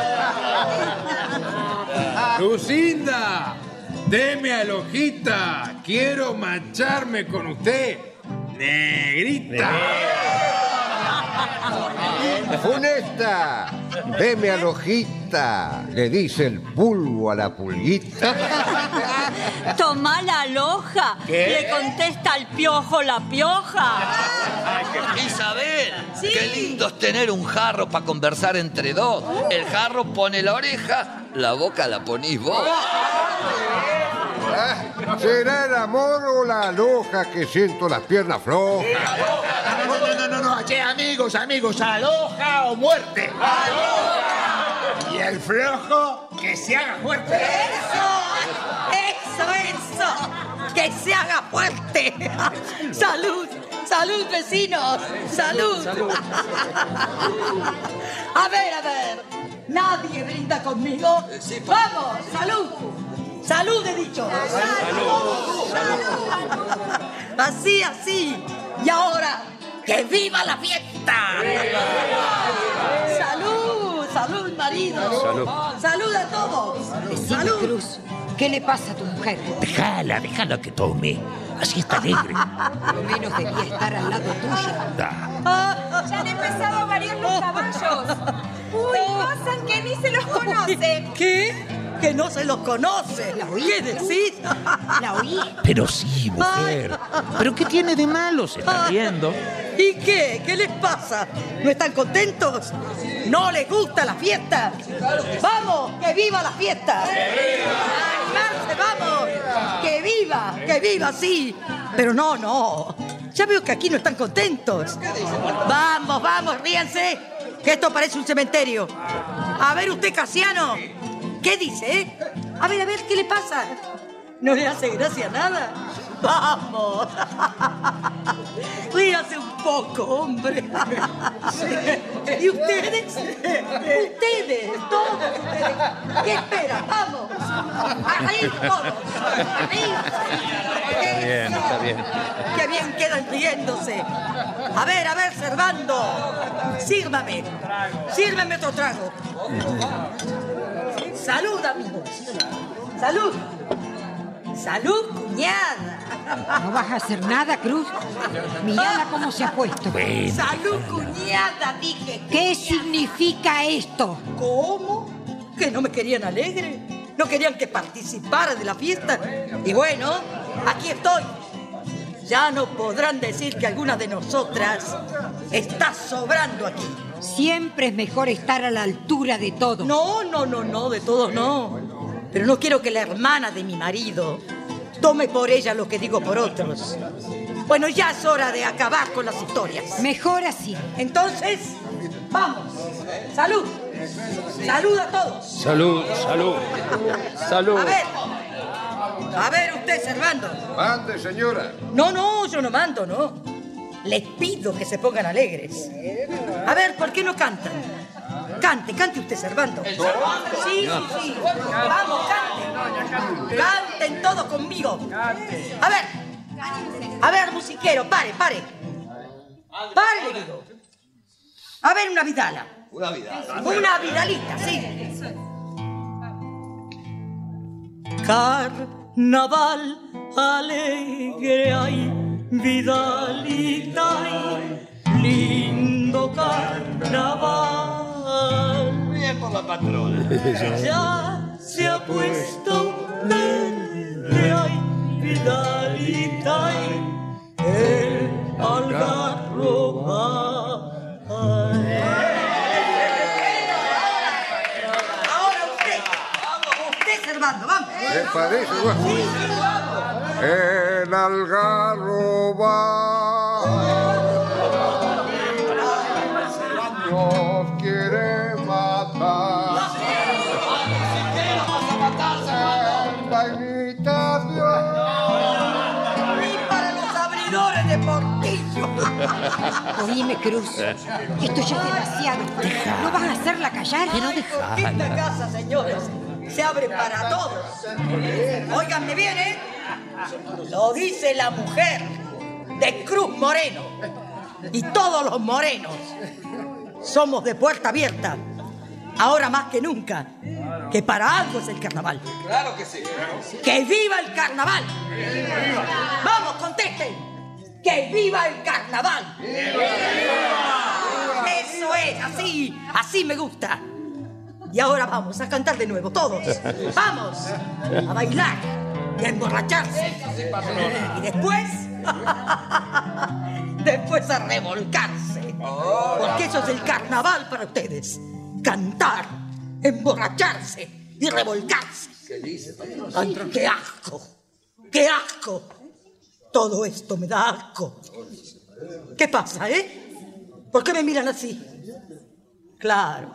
Lucinda, deme alojita. Quiero mancharme con usted. Negrita. Funesta, deme alojita, le dice el pulgo a la pulguita. Toma la aloja, le contesta al piojo la pioja. Isabel, qué lindo es tener un jarro para conversar entre dos. El jarro pone la oreja, la boca la ponís vos. ¿Será el amor o la aloja que siento las piernas flojas? No, che, amigos, aloja o muerte. ¡Aloja! Y el flojo que se haga fuerte. ¡Eso! ¡Que que se haga fuerte. ¡Salud! ¡Salud, vecinos! ¡Salud! A ver. ¿Nadie brinda conmigo? Sí, ¡Vamos! ¡Salud! ¡Salud, he dicho! ¡Salud! Así. Y ahora, ¡que viva la fiesta! ¡Salud, marido! ¡Salud a todos! Decime, Cruz, ¿qué le pasa a tu mujer? Déjala que tome. Así está alegre. Por lo menos debía estar al lado tuyo. Ya han empezado a variar los caballos. Uy, pasan que ni se los conoce. ¿Qué? ¿Que no se los conoce? ¿Qué decís? ¿La oí? Pero sí, mujer. ¿Pero qué tiene de malo? Se está riendo. ¿Y qué? ¿Qué les pasa? ¿No están contentos? ¿No les gusta la fiesta? ¡Vamos! ¡Que viva la fiesta! ¡Animarse, vamos! ¡Que viva, sí! Pero no. Ya veo que aquí no están contentos. Vamos, ríanse. Que esto parece un cementerio. A ver usted, Casiano. ¿Qué dice, A ver, ¿qué le pasa? ¿No le hace gracia nada? ¡Vamos! Ríase un poco, hombre. ¿Y ustedes? Ustedes, todos ustedes. ¿Qué esperan? ¡Vamos! ¡A reír todos! ¡A reírse! Está bien. ¡Qué bien quedan riéndose! A ver, Servando. Sírvame otro trago. ¡Salud, amigos! ¡Salud, cuñada! ¿No vas a hacer nada, Cruz? Mírala cómo se ha puesto. Bueno. ¡Salud, cuñada, dije! ¿Qué significa esto? ¿Cómo? ¿Que no me querían alegre? ¿No querían que participara de la fiesta? Y bueno, aquí estoy. Ya no podrán decir que alguna de nosotras está sobrando aquí. Siempre es mejor estar a la altura de todos. No, de todos no. Pero no quiero que la hermana de mi marido tome por ella lo que digo por otros. Bueno, ya es hora de acabar con las historias. Mejor así. Entonces, vamos. ¡Salud! ¡Salud a todos! Salud. A ver usted, Servando. Mande, señora. No, yo no mando, no. Les pido que se pongan alegres. A ver, ¿por qué no cantan? Cante usted, Servando. Sí. Vamos, cante. Canten todos conmigo. A ver, musiquero, pare. Pare, le digo. A ver, una vidala. Una vidalita, sí. Carnaval alegre hay, vidalita hay, lindo carnaval. Bien por la patrona. Ya se ha puesto verde hay, vidalita hay, el algarroba. Ahora usted, Servando, vamos. ¿Me parece? El algarroba nos quiere matar. Y para los abridores de portillo. Oíme, Cruz. Esto ya es demasiado. ¿No vas a hacerla callar? Pero déjala. Esta casa, señores, se abre para todos. Óiganme bien, Lo dice la mujer de Cruz Moreno. Y todos los morenos somos de puerta abierta. Ahora más que nunca, que para algo es el carnaval. Claro que sí. ¡Que viva el carnaval! ¡Vamos, contesten! ¡Que viva el carnaval! Eso es, así me gusta. Y ahora vamos a cantar de nuevo, todos. Vamos a bailar y a emborracharse. Y después a revolcarse. Porque eso es el carnaval para ustedes. Cantar, emborracharse y revolcarse. ¿Qué dice, patrón? ¡Ay, qué asco! ¡Qué asco! Todo esto me da asco. ¿Qué pasa, ¿Por qué me miran así? Claro.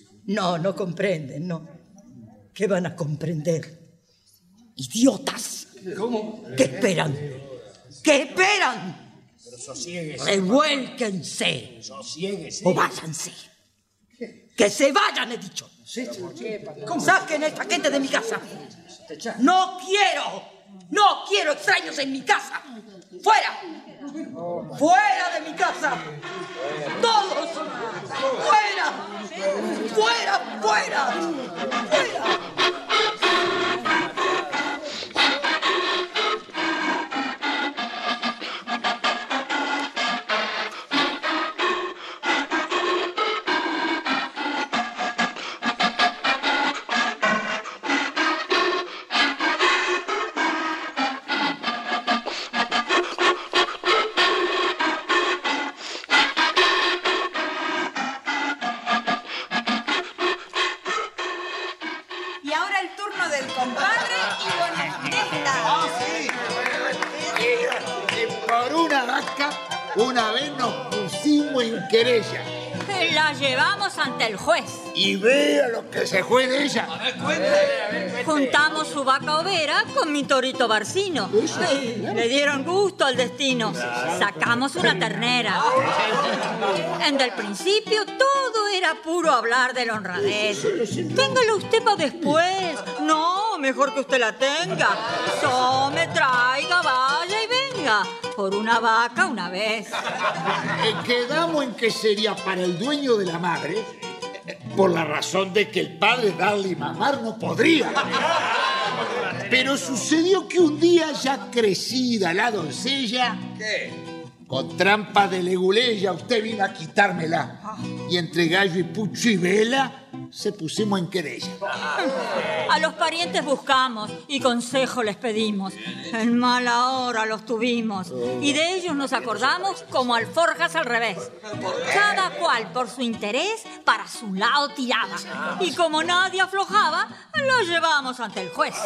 No comprenden, no. ¿Qué van a comprender? ¡Idiotas! ¿Cómo? ¿Qué esperan? ¿Qué esperan? Pero sosiéguese. Revuélquense. Sosiéguese. O váyanse. Que se vayan, he dicho. Saquen a esta gente de mi casa. No quiero extraños en mi casa. ¡Fuera! ¡Fuera de mi casa! ¡Todos! ¡Fuera! ¡Fuera! ¡Fuera! ¡Fuera! Y ahora el turno del compadre y doña Ginesta. Que por una vaca, una vez nos pusimos en querella. La llevamos ante el juez. Y vea lo que se fue de ella. Juntamos su vaca overa con mi torito barcino. Le dieron gusto al destino. Sacamos una ternera. En el principio todo era puro hablar de la honradez. Téngala usted para después. No, mejor que usted la tenga. Tome, traiga, vaya y venga. Por una vaca una vez. Quedamos en que sería para el dueño de la madre, por la razón de que el padre darle y mamar no podría. Pero sucedió que un día, ya crecida la doncella, con trampa de leguleya usted vino a quitármela. Y entre gallo y pucho y vela se pusimos en querella. A los parientes buscamos y consejo les pedimos. En mala hora los tuvimos y de ellos nos acordamos como alforjas al revés. Cada cual por su interés para su lado tiraba. Y como nadie aflojaba, los llevamos ante el juez.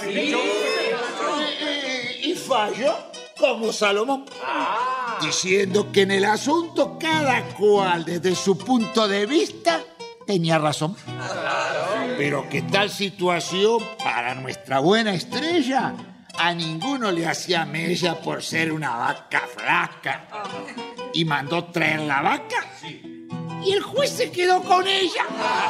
Y falló como Salomón, diciendo que en el asunto cada cual desde su punto de vista tenía razón. Pero que tal situación para nuestra buena estrella a ninguno le hacía mella por ser una vaca flaca. Y mandó traer la vaca y el juez se quedó con ella.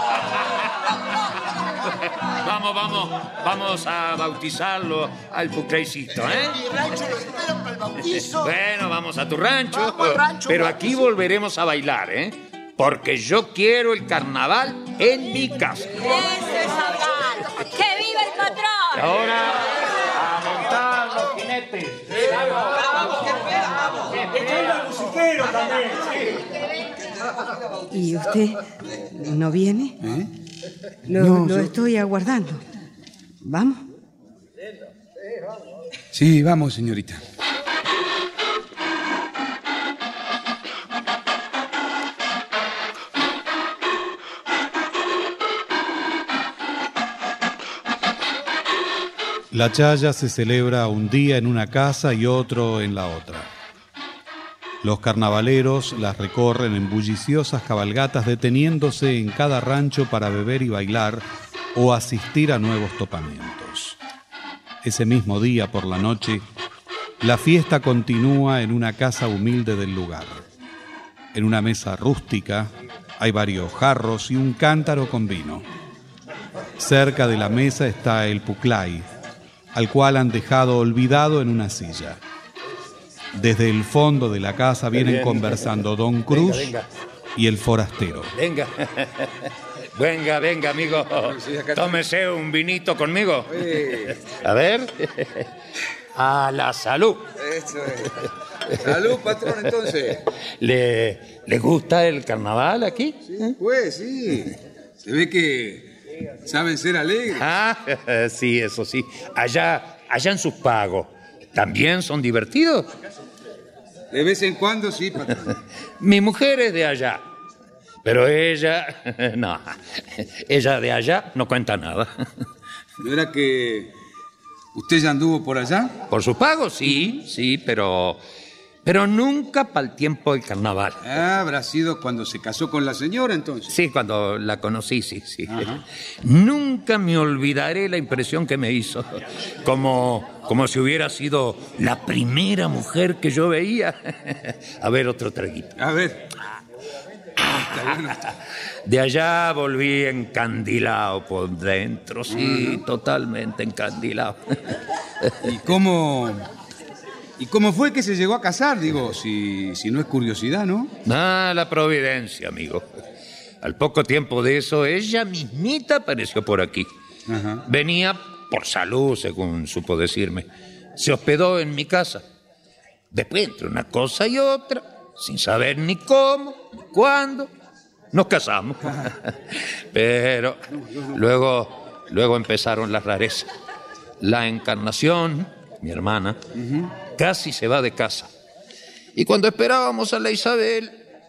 Vamos a bautizarlo al Puclaycito, ¿eh? Mi rancho lo espero para el bautizo. Bueno, vamos a tu rancho. Vamos al rancho, pero aquí volveremos a bailar, ¿eh? Porque yo quiero el carnaval en mi casa. ¡Eso es hablar! ¡Que viva el patrón! Y ahora, a montar los jinetes. musiquero también, ¿Y usted no viene? Lo estoy aguardando. ¿Vamos? Sí, vamos, señorita. La chaya se celebra un día en una casa y otro en la otra. Los carnavaleros las recorren en bulliciosas cabalgatas, deteniéndose en cada rancho para beber y bailar o asistir a nuevos topamientos. Ese mismo día, por la noche, la fiesta continúa en una casa humilde del lugar. En una mesa rústica hay varios jarros y un cántaro con vino. Cerca de la mesa está el puclay, al cual han dejado olvidado en una silla. Desde el fondo de la casa vienen conversando Don Cruz y el forastero. Venga. Venga, amigo. Tómese un vinito conmigo. A ver. A la salud. Eso es. Salud, patrón, entonces. ¿Le gusta el carnaval aquí? Sí, pues sí. Se ve que saben ser alegres. Sí, eso sí. Allá en sus pagos, ¿también son divertidos? De vez en cuando sí, patrón. Mi mujer es de allá, pero ella... No, ella de allá no cuenta nada. ¿No era que usted ya anduvo por allá? Por sus pagos, sí, pero Pero nunca para el tiempo del carnaval. Ah, habrá sido cuando se casó con la señora, entonces. Sí, cuando la conocí, sí. Ajá. Nunca me olvidaré la impresión que me hizo. Como si hubiera sido la primera mujer que yo veía. A ver, otro traguito. A ver. Está bueno. De allá volví encandilado por dentro, sí, totalmente encandilado. ¿Y cómo fue que se llegó a casar? Digo, si no es curiosidad, ¿no? La providencia, amigo. Al poco tiempo de eso, ella mismita apareció por aquí. Ajá. Venía por salud, según supo decirme. Se hospedó en mi casa. Después, entre una cosa y otra, sin saber ni cómo, ni cuándo, nos casamos. Pero luego empezaron las rarezas. La Encarnación, mi hermana, casi se va de casa. Y cuando esperábamos a la Isabel,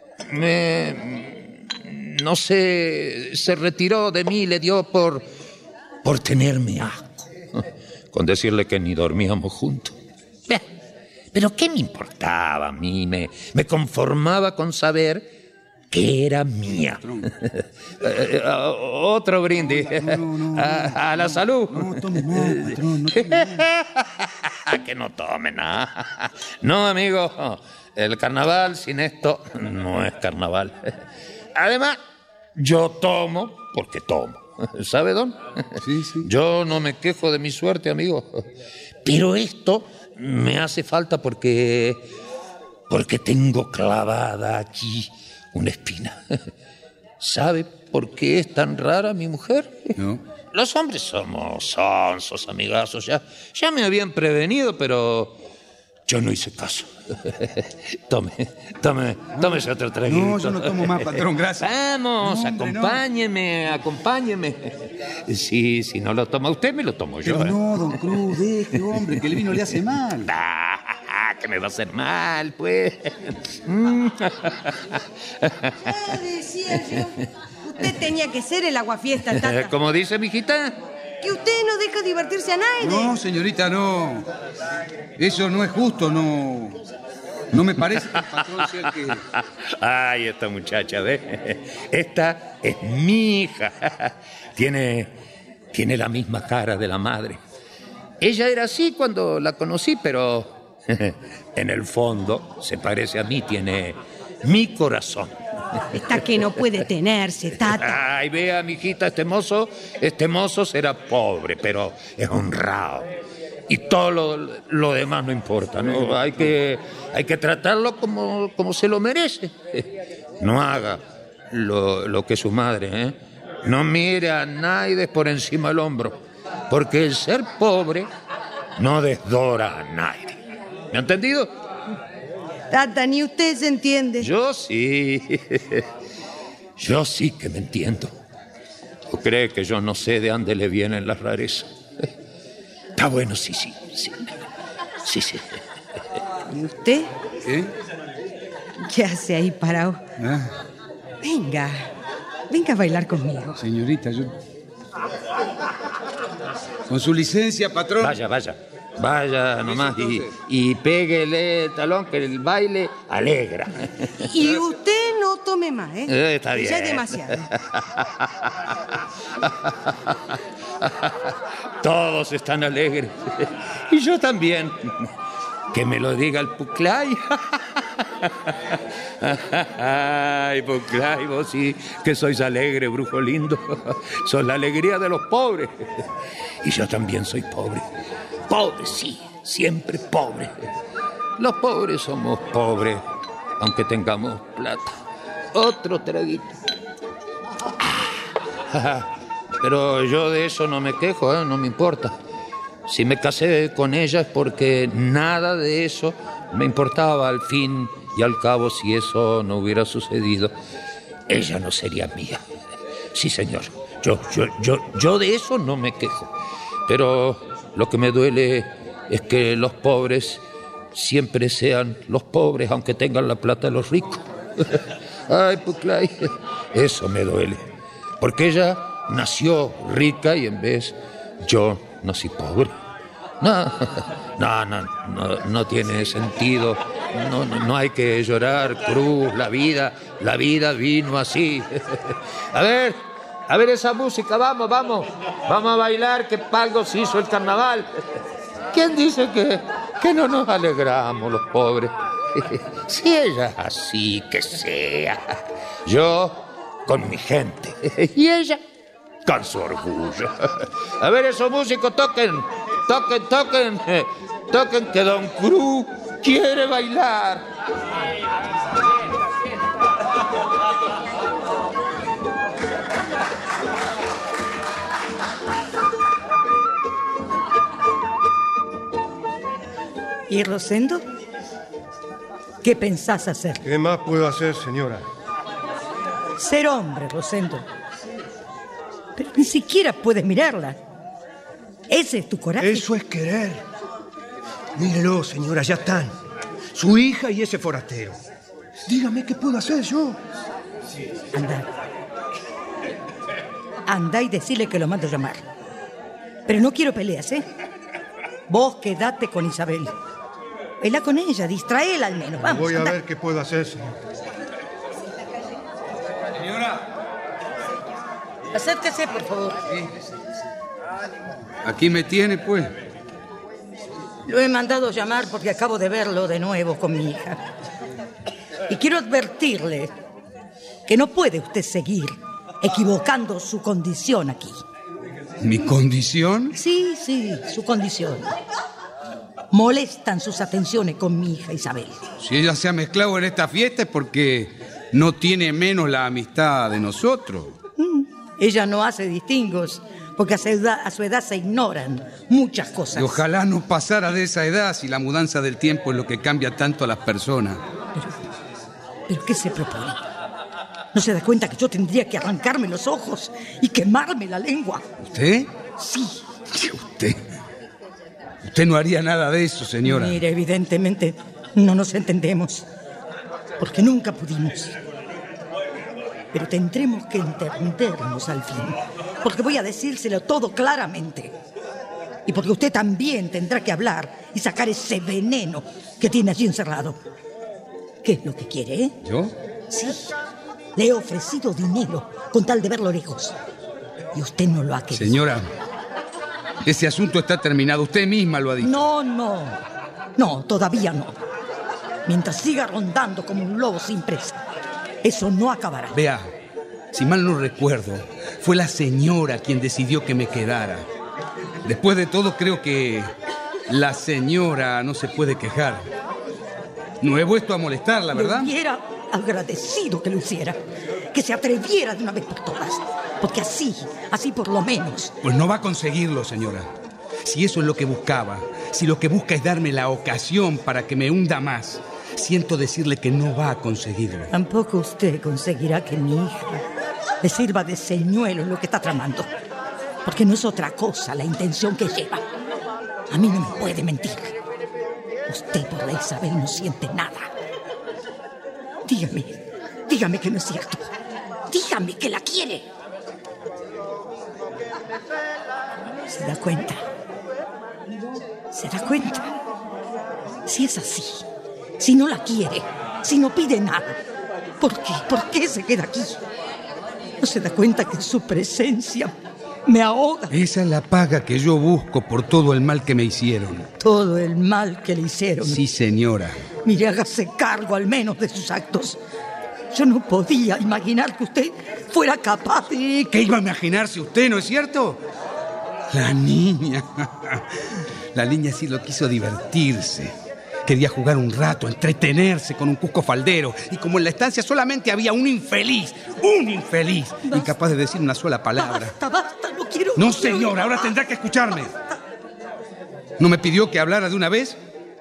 no sé, se retiró de mí, le dio por tenerme asco, con decirle que ni dormíamos juntos. Pero ¿qué me importaba a mí? Me conformaba con saber que era mía. Otro brindis. No. A la salud. No tome más, patrón, no tome más. Que no tome nada. No, amigo, el carnaval sin esto no es carnaval. Además, yo tomo porque tomo. ¿Sabe, don? Sí. Yo no me quejo de mi suerte, amigo. Pero esto me hace falta porque tengo clavada aquí una espina. ¿Sabe por qué es tan rara mi mujer? No. Los hombres somos sonsos, amigazos. Ya me habían prevenido, pero yo no hice caso. Tómese otro traguito. No, yo no tomo más, patrón, gracias. Vamos, No, hombre, acompáñeme. Sí, si no lo toma usted, me lo tomo yo. Pero no, don Cruz, deje, hombre, que el vino le hace mal. Que me va a hacer mal, pues. Decía yo, usted tenía que ser el aguafiestas, Tata. ¿Cómo dice, mijita? Que usted no deja divertirse a nadie. No, señorita, no. Eso no es justo, no. No me parece que el patrón sea el que... Ay, esta muchacha, ¿ves? Esta es mi hija. Tiene la misma cara de la madre. Ella era así cuando la conocí, pero en el fondo se parece a mí, tiene mi corazón. Está que no puede tenerse, Tata. Ay, vea, mijita, este mozo será pobre, pero es honrado. Y todo lo demás no importa, ¿no? Hay que tratarlo como se lo merece. No haga lo que su madre, ¿eh? No mire a nadie por encima del hombro, porque el ser pobre no desdora a nadie. ¿Me ha entendido? Tata, ni usted se entiende. Yo sí que me entiendo. ¿O cree que yo no sé de dónde le vienen las rarezas? Está bueno, sí. ¿Y usted? ¿Eh? ¿Qué hace ahí parado? Venga a bailar conmigo. Señorita, yo... Con su licencia, patrón. Vaya nomás y péguele el talón, que el baile alegra. Y usted no tome más, ¿eh? Está bien. Ya es demasiado. Todos están alegres. Y yo también. Que me lo diga el Puclay. Ay, Puclay, vos sí que sois alegre, brujo lindo. Sos la alegría de los pobres. Y yo también soy pobre. Pobre, sí, siempre pobre. Los pobres somos pobres, aunque tengamos plata. Otro traguito. Pero yo de eso no me quejo, no me importa. Si me casé con ella es porque nada de eso me importaba. Al fin y al cabo, si eso no hubiera sucedido, ella no sería mía. Sí, señor, yo de eso no me quejo. Pero lo que me duele es que los pobres siempre sean los pobres, aunque tengan la plata de los ricos. Ay, Puclay, eso me duele. Porque ella nació rica y en vez yo nací pobre. No tiene sentido. No hay que llorar, Cruz. La vida vino así. A ver esa música, vamos a bailar, que palgo se hizo el carnaval. ¿Quién dice que no nos alegramos los pobres? Si ella es así, que sea. Yo con mi gente y ella con su orgullo. A ver, esos músicos, toquen, que Don Cruz quiere bailar. ¿Y Rosendo? ¿Qué pensás hacer? ¿Qué más puedo hacer, señora? Ser hombre, Rosendo. Pero ni siquiera puedes mirarla. Ese es tu coraje. Eso es querer. Mírelo, señora, ya están. Su hija y ese forastero. Dígame qué puedo hacer yo. Anda y decile que lo mando a llamar. Pero no quiero peleas, ¿eh? Vos quedate con Isabel. Baila con ella, distraela al menos. Vamos, voy a anda. ver qué puedo hacer, señor. Señora. Acérquese, por favor. Sí. Aquí me tiene, pues. Lo he mandado llamar porque acabo de verlo de nuevo con mi hija. Y quiero advertirle que no puede usted seguir equivocando su condición aquí. ¿Mi condición? Sí, su condición. Molestan sus atenciones con mi hija Isabel. Si ella se ha mezclado en esta fiesta es porque no tiene menos la amistad de nosotros. Ella no hace distingos, porque a su edad se ignoran muchas cosas. Y ojalá no pasara de esa edad si la mudanza del tiempo es lo que cambia tanto a las personas. ¿Pero qué se propone? ¿No se da cuenta que yo tendría que arrancarme los ojos y quemarme la lengua? ¿Usted? Sí. Usted no haría nada de eso, señora. Mire, evidentemente no nos entendemos, porque nunca pudimos. Pero tendremos que entendernos al fin, porque voy a decírselo todo claramente. Y porque usted también tendrá que hablar y sacar ese veneno que tiene allí encerrado. ¿Qué es lo que quiere, ¿Yo? Sí. Le he ofrecido dinero con tal de verlo lejos. Y usted no lo ha querido. Señora, ese asunto está terminado. Usted misma lo ha dicho. No, todavía no. Mientras siga rondando como un lobo sin presa, eso no acabará. Vea, si mal no recuerdo, fue la señora quien decidió que me quedara. Después de todo, creo que la señora no se puede quejar. No he vuelto a molestarla, ¿verdad? Le hubiera agradecido que lo hiciera, que se atreviera de una vez por todas, porque así por lo menos. Pues no va a conseguirlo, señora. Si eso es lo que buscaba, si lo que busca es darme la ocasión para que me hunda más, siento decirle que no va a conseguirlo. Tampoco usted conseguirá que mi hija le sirva de señuelo en lo que está tramando, porque no es otra cosa la intención que lleva. A mí no me puede mentir. Usted por la Isabel no siente nada. Dígame que no es cierto. Dígame que la quiere. ¿Se da cuenta? Si es así, si no la quiere, si no pide nada, ¿por qué? ¿Por qué se queda aquí? ¿No se da cuenta que su presencia me ahoga? Esa es la paga que yo busco por todo el mal que me hicieron. Todo el mal que le hicieron. Sí, señora. Mire, hágase cargo al menos de sus actos. Yo no podía imaginar que usted fuera capaz de... ¿Qué iba a imaginarse usted, no es cierto? La niña sí lo quiso divertirse. Quería jugar un rato, entretenerse con un cusco faldero. Y como en la estancia solamente había un infeliz, basta, incapaz de decir una sola palabra. Basta, no quiero... No, señora, ahora tendrá que escucharme. ¿No me pidió que hablara de una vez?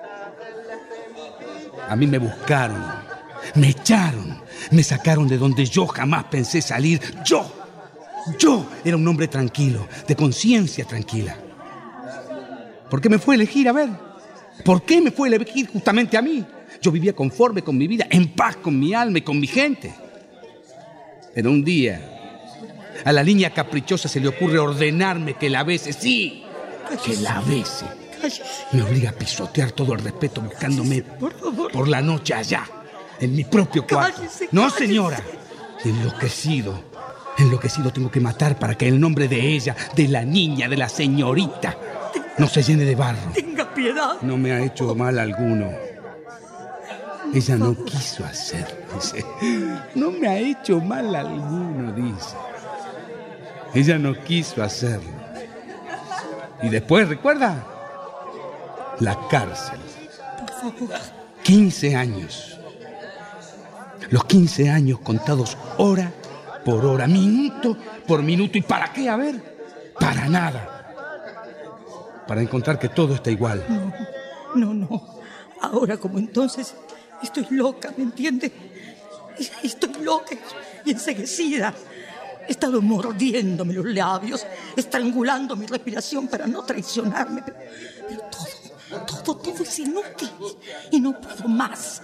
A mí me buscaron, me echaron, me sacaron de donde yo jamás pensé salir. Yo era un hombre tranquilo, de conciencia tranquila. ¿Por qué me fue a elegir? A ver, ¿por qué me fue a elegir justamente a mí? Yo vivía conforme con mi vida, en paz con mi alma y con mi gente. Pero un día, a la niña caprichosa se le ocurre ordenarme que la bese. Sí, que la bese. Me obliga a pisotear todo el respeto buscándome por la noche allá, en mi propio cuarto. No, señora. Enloquecido tengo que matar para que el nombre de ella, de la niña, de la señorita, no se llene de barro. Tenga piedad. No me ha hecho mal alguno. Ella no quiso hacerlo, dice. No me ha hecho mal alguno, dice. Ella no quiso hacerlo. Y después, ¿recuerda? La cárcel. Por favor. 15 años. Los 15 años contados hora por hora, minuto por minuto. ¿Y para qué? A ver, para nada. Para encontrar que todo está igual. No. Ahora como entonces estoy loca, ¿me entiende? Estoy loca y enceguecida. He estado mordiéndome los labios, estrangulando mi respiración para no traicionarme. Pero todo es inútil. Y no puedo más.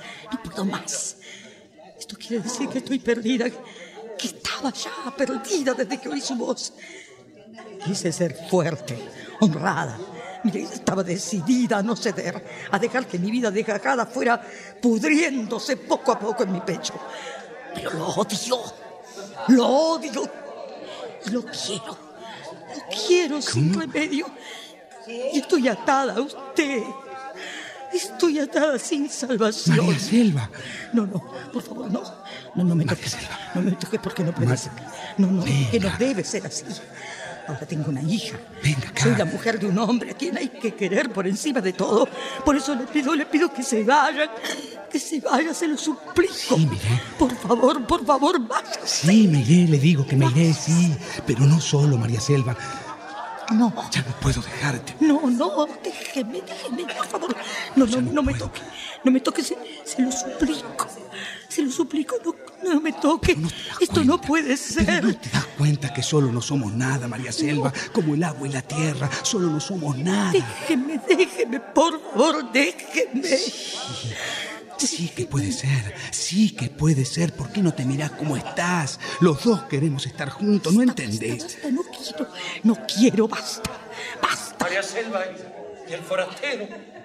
Esto quiere decir que estoy perdida, que estaba ya perdida desde que oí su voz. Quise ser fuerte, honrada. Mire, estaba decidida a no ceder, a dejar que mi vida desgarrada fuera pudriéndose poco a poco en mi pecho. Pero lo odio y lo quiero sin remedio. Y estoy atada a usted. Estoy atada sin salvación. María Selva. No, por favor, no. No me toques. No me toques porque no puede ser. No, que no debe ser así. Ahora tengo una hija. Venga acá. Soy la mujer de un hombre a quien hay que querer por encima de todo. Por eso le pido que se vaya. Que se vaya, se lo suplico. Sí, me iré. Por favor, vaya. Sí, me iré, le digo que me iré, sí. Pero no solo, María Selva. No. Ya no puedo dejarte. No, déjeme, por favor. No me toque. No me toque, se lo suplico. No me toque. Esto no puede ser. Pero ¿no te das cuenta que solo no somos nada, María Selva? Como el agua y la tierra, solo no somos nada. Déjeme, por favor, déjeme. Sí que puede ser. ¿Por qué no te mirás cómo estás? Los dos queremos estar juntos, ¿no entendés? Basta, no quiero, basta. María Selva y el forastero.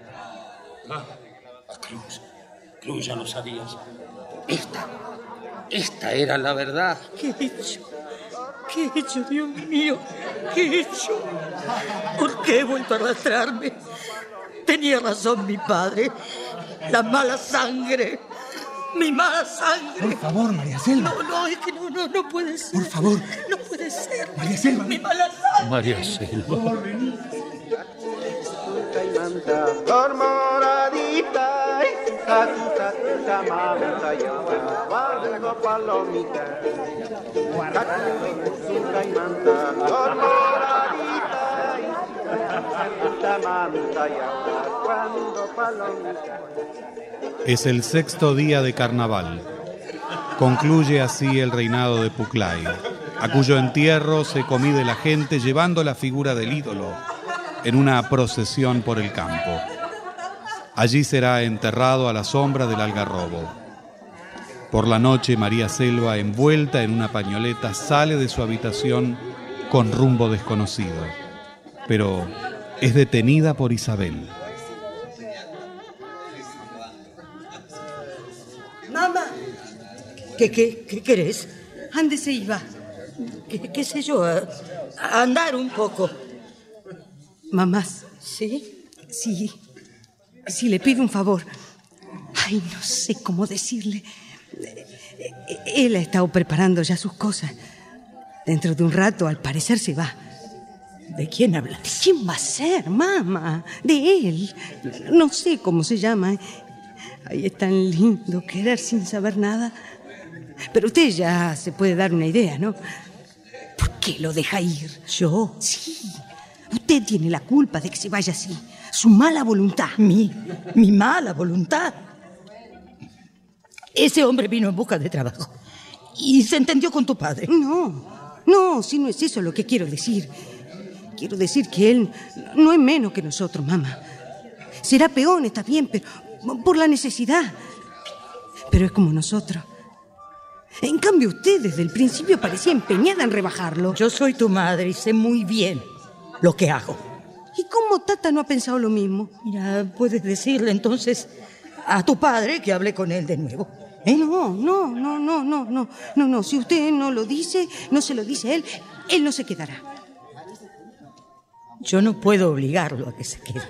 Cruz, ya lo sabías. Esta era la verdad. ¿Qué he hecho, Dios mío? ¿Qué he hecho? ¿Por qué he vuelto a arrastrarme? Tenía razón mi padre. La mala sangre. Mi mala sangre. Por favor, María Selva. No, es que no puede ser. Por favor. No puede ser. María Selva. Mi mala sangre. María Selva. Es el 6º día de carnaval. Concluye así el reinado de Pucllay, a cuyo entierro se comide la gente llevando la figura del ídolo en una procesión por el campo. Allí será enterrado a la sombra del algarrobo. Por la noche, María Selva, envuelta en una pañoleta, sale de su habitación con rumbo desconocido, pero es detenida por Isabel. Mamá. ¿Qué querés? ¿Dónde se iba? ¿Qué sé yo? A andar un poco. Mamá. ¿Sí? Sí, le pido un favor. Ay, no sé cómo decirle. Él ha estado preparando ya sus cosas. Dentro de un rato, al parecer, se va. ¿De quién hablas? ¿De quién va a ser, mamá? De él. No sé cómo se llama. Ay, es tan lindo querer sin saber nada. Pero usted ya se puede dar una idea, ¿no? ¿Por qué lo deja ir? ¿Yo? Sí. Usted tiene la culpa de que se vaya así. Su mala voluntad. ¿Mi mala voluntad? Ese hombre vino en busca de trabajo. Y se entendió con tu padre. No, si no es eso lo que quiero decir. Quiero decir que él no es menos que nosotros, mamá. Será peón, está bien, pero por la necesidad. Pero es como nosotros. En cambio, usted desde el principio parecía empeñada en rebajarlo. Yo soy tu madre y sé muy bien lo que hago. ¿Y cómo Tata no ha pensado lo mismo? Mira, puedes decirle entonces a tu padre que hable con él de nuevo. No. Si usted no lo dice, no se lo dice a él no se quedará. Yo no puedo obligarlo a que se quede.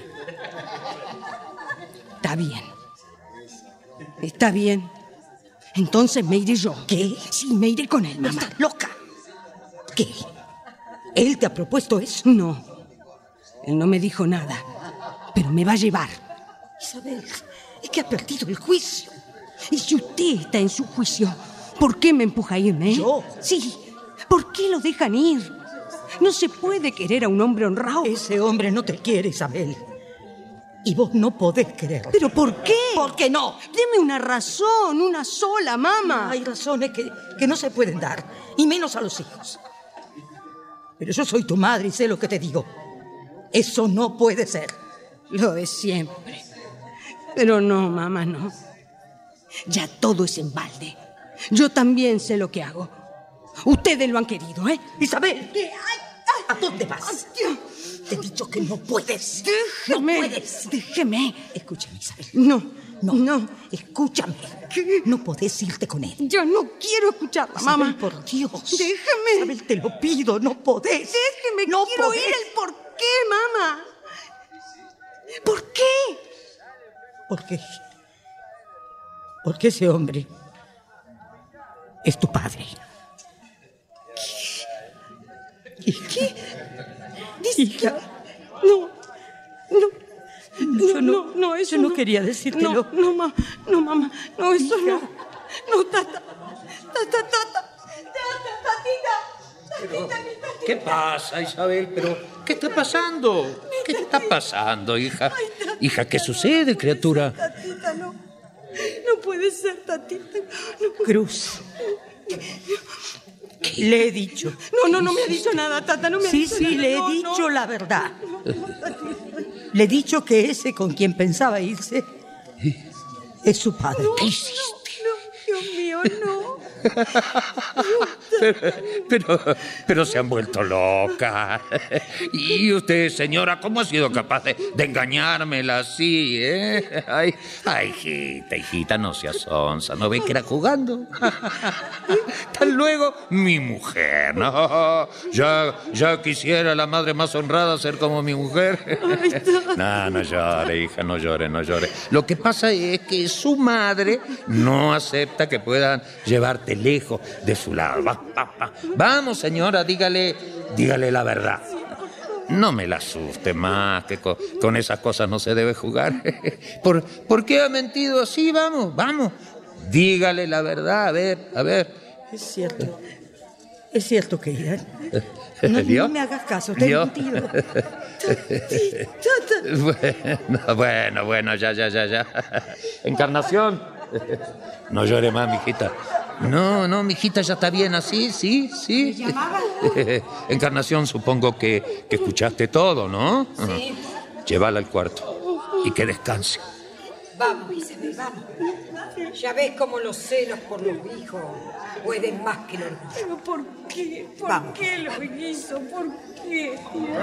Está bien. Entonces me iré yo. ¿Qué? Sí, me iré con él, mamá. ¿Estás loca? ¿Qué? ¿Él te ha propuesto eso? No. Él no me dijo nada. Pero me va a llevar. Isabel, es que ha perdido el juicio. Y si usted está en su juicio, ¿por qué me empuja a irme? ¿Yo? Sí. ¿Por qué lo dejan ir? No se puede querer a un hombre honrado. Ese hombre no te quiere, Isabel. Y vos no podés quererlo. ¿Pero por qué? ¿Por qué no? Deme una razón, una sola, mamá. Hay razones que no se pueden dar, y menos a los hijos. Pero yo soy tu madre y sé lo que te digo. Eso no puede ser. Lo de siempre. Pero no, mamá, no. Ya todo es en balde. Yo también sé lo que hago. Ustedes lo han querido, ¿eh? Isabel, ¿a dónde vas? Te he dicho que no puedes. Déjeme. No puedes. Déjeme. Escúchame, Isabel. No. Escúchame. ¿Qué? No podés irte con él. Yo no quiero escucharla, Isabel, mamá. por Dios. Déjeme. Isabel, te lo pido, no podés. Déjeme, no quiero podés. oír el por qué, mamá. ¿Por qué? ¿Por qué? Porque ese hombre es tu padre. ¿Qué? Hija. No, eso yo no quería decírtelo. No, mamá, no, eso Hija. no, Tata. ¿Qué pasa, Isabel? ¿Pero qué está pasando? ¿Qué te está pasando, hija? Hija, ¿qué sucede, criatura? Tatita, no puede ser, Tatita. No. Cruz. Le he dicho. No me ha dicho nada, Tata, no me ha dicho nada. Sí, le he dicho la verdad. Le he dicho que ese con quien pensaba irse es su padre. ¿Qué hiciste? Dios mío, no. Pero se han vuelto locas. Y usted, señora, ¿cómo ha sido capaz de engañármela así, eh? Ay, hijita, no seas sonsa. ¿No ve que era jugando? Tal luego, mi mujer, ¿no? Ya quisiera la madre más honrada ser como mi mujer. No llore, hija, no llore. Lo que pasa es que su madre no acepta que puedan llevarte lejos de su lado. Vamos, señora, dígale la verdad. No me la asuste más, que con esas cosas no se debe jugar. ¿Por qué ha mentido así? Vamos. Dígale la verdad, a ver. Es cierto, querida. No me hagas caso, te he mentido. Bueno, ya. Encarnación. No llore más, mijita. No, mijita, ya está bien así, sí. ¿Me llamaba? Encarnación, supongo que escuchaste todo, ¿no? Sí. Llévala al cuarto y que descanse. Vamos, Isabel, vamos. Ya ves cómo los celos por los hijos pueden más que el orgullo. ¿Pero por qué? Vamos. ¿Por qué lo hizo? ¿Por qué?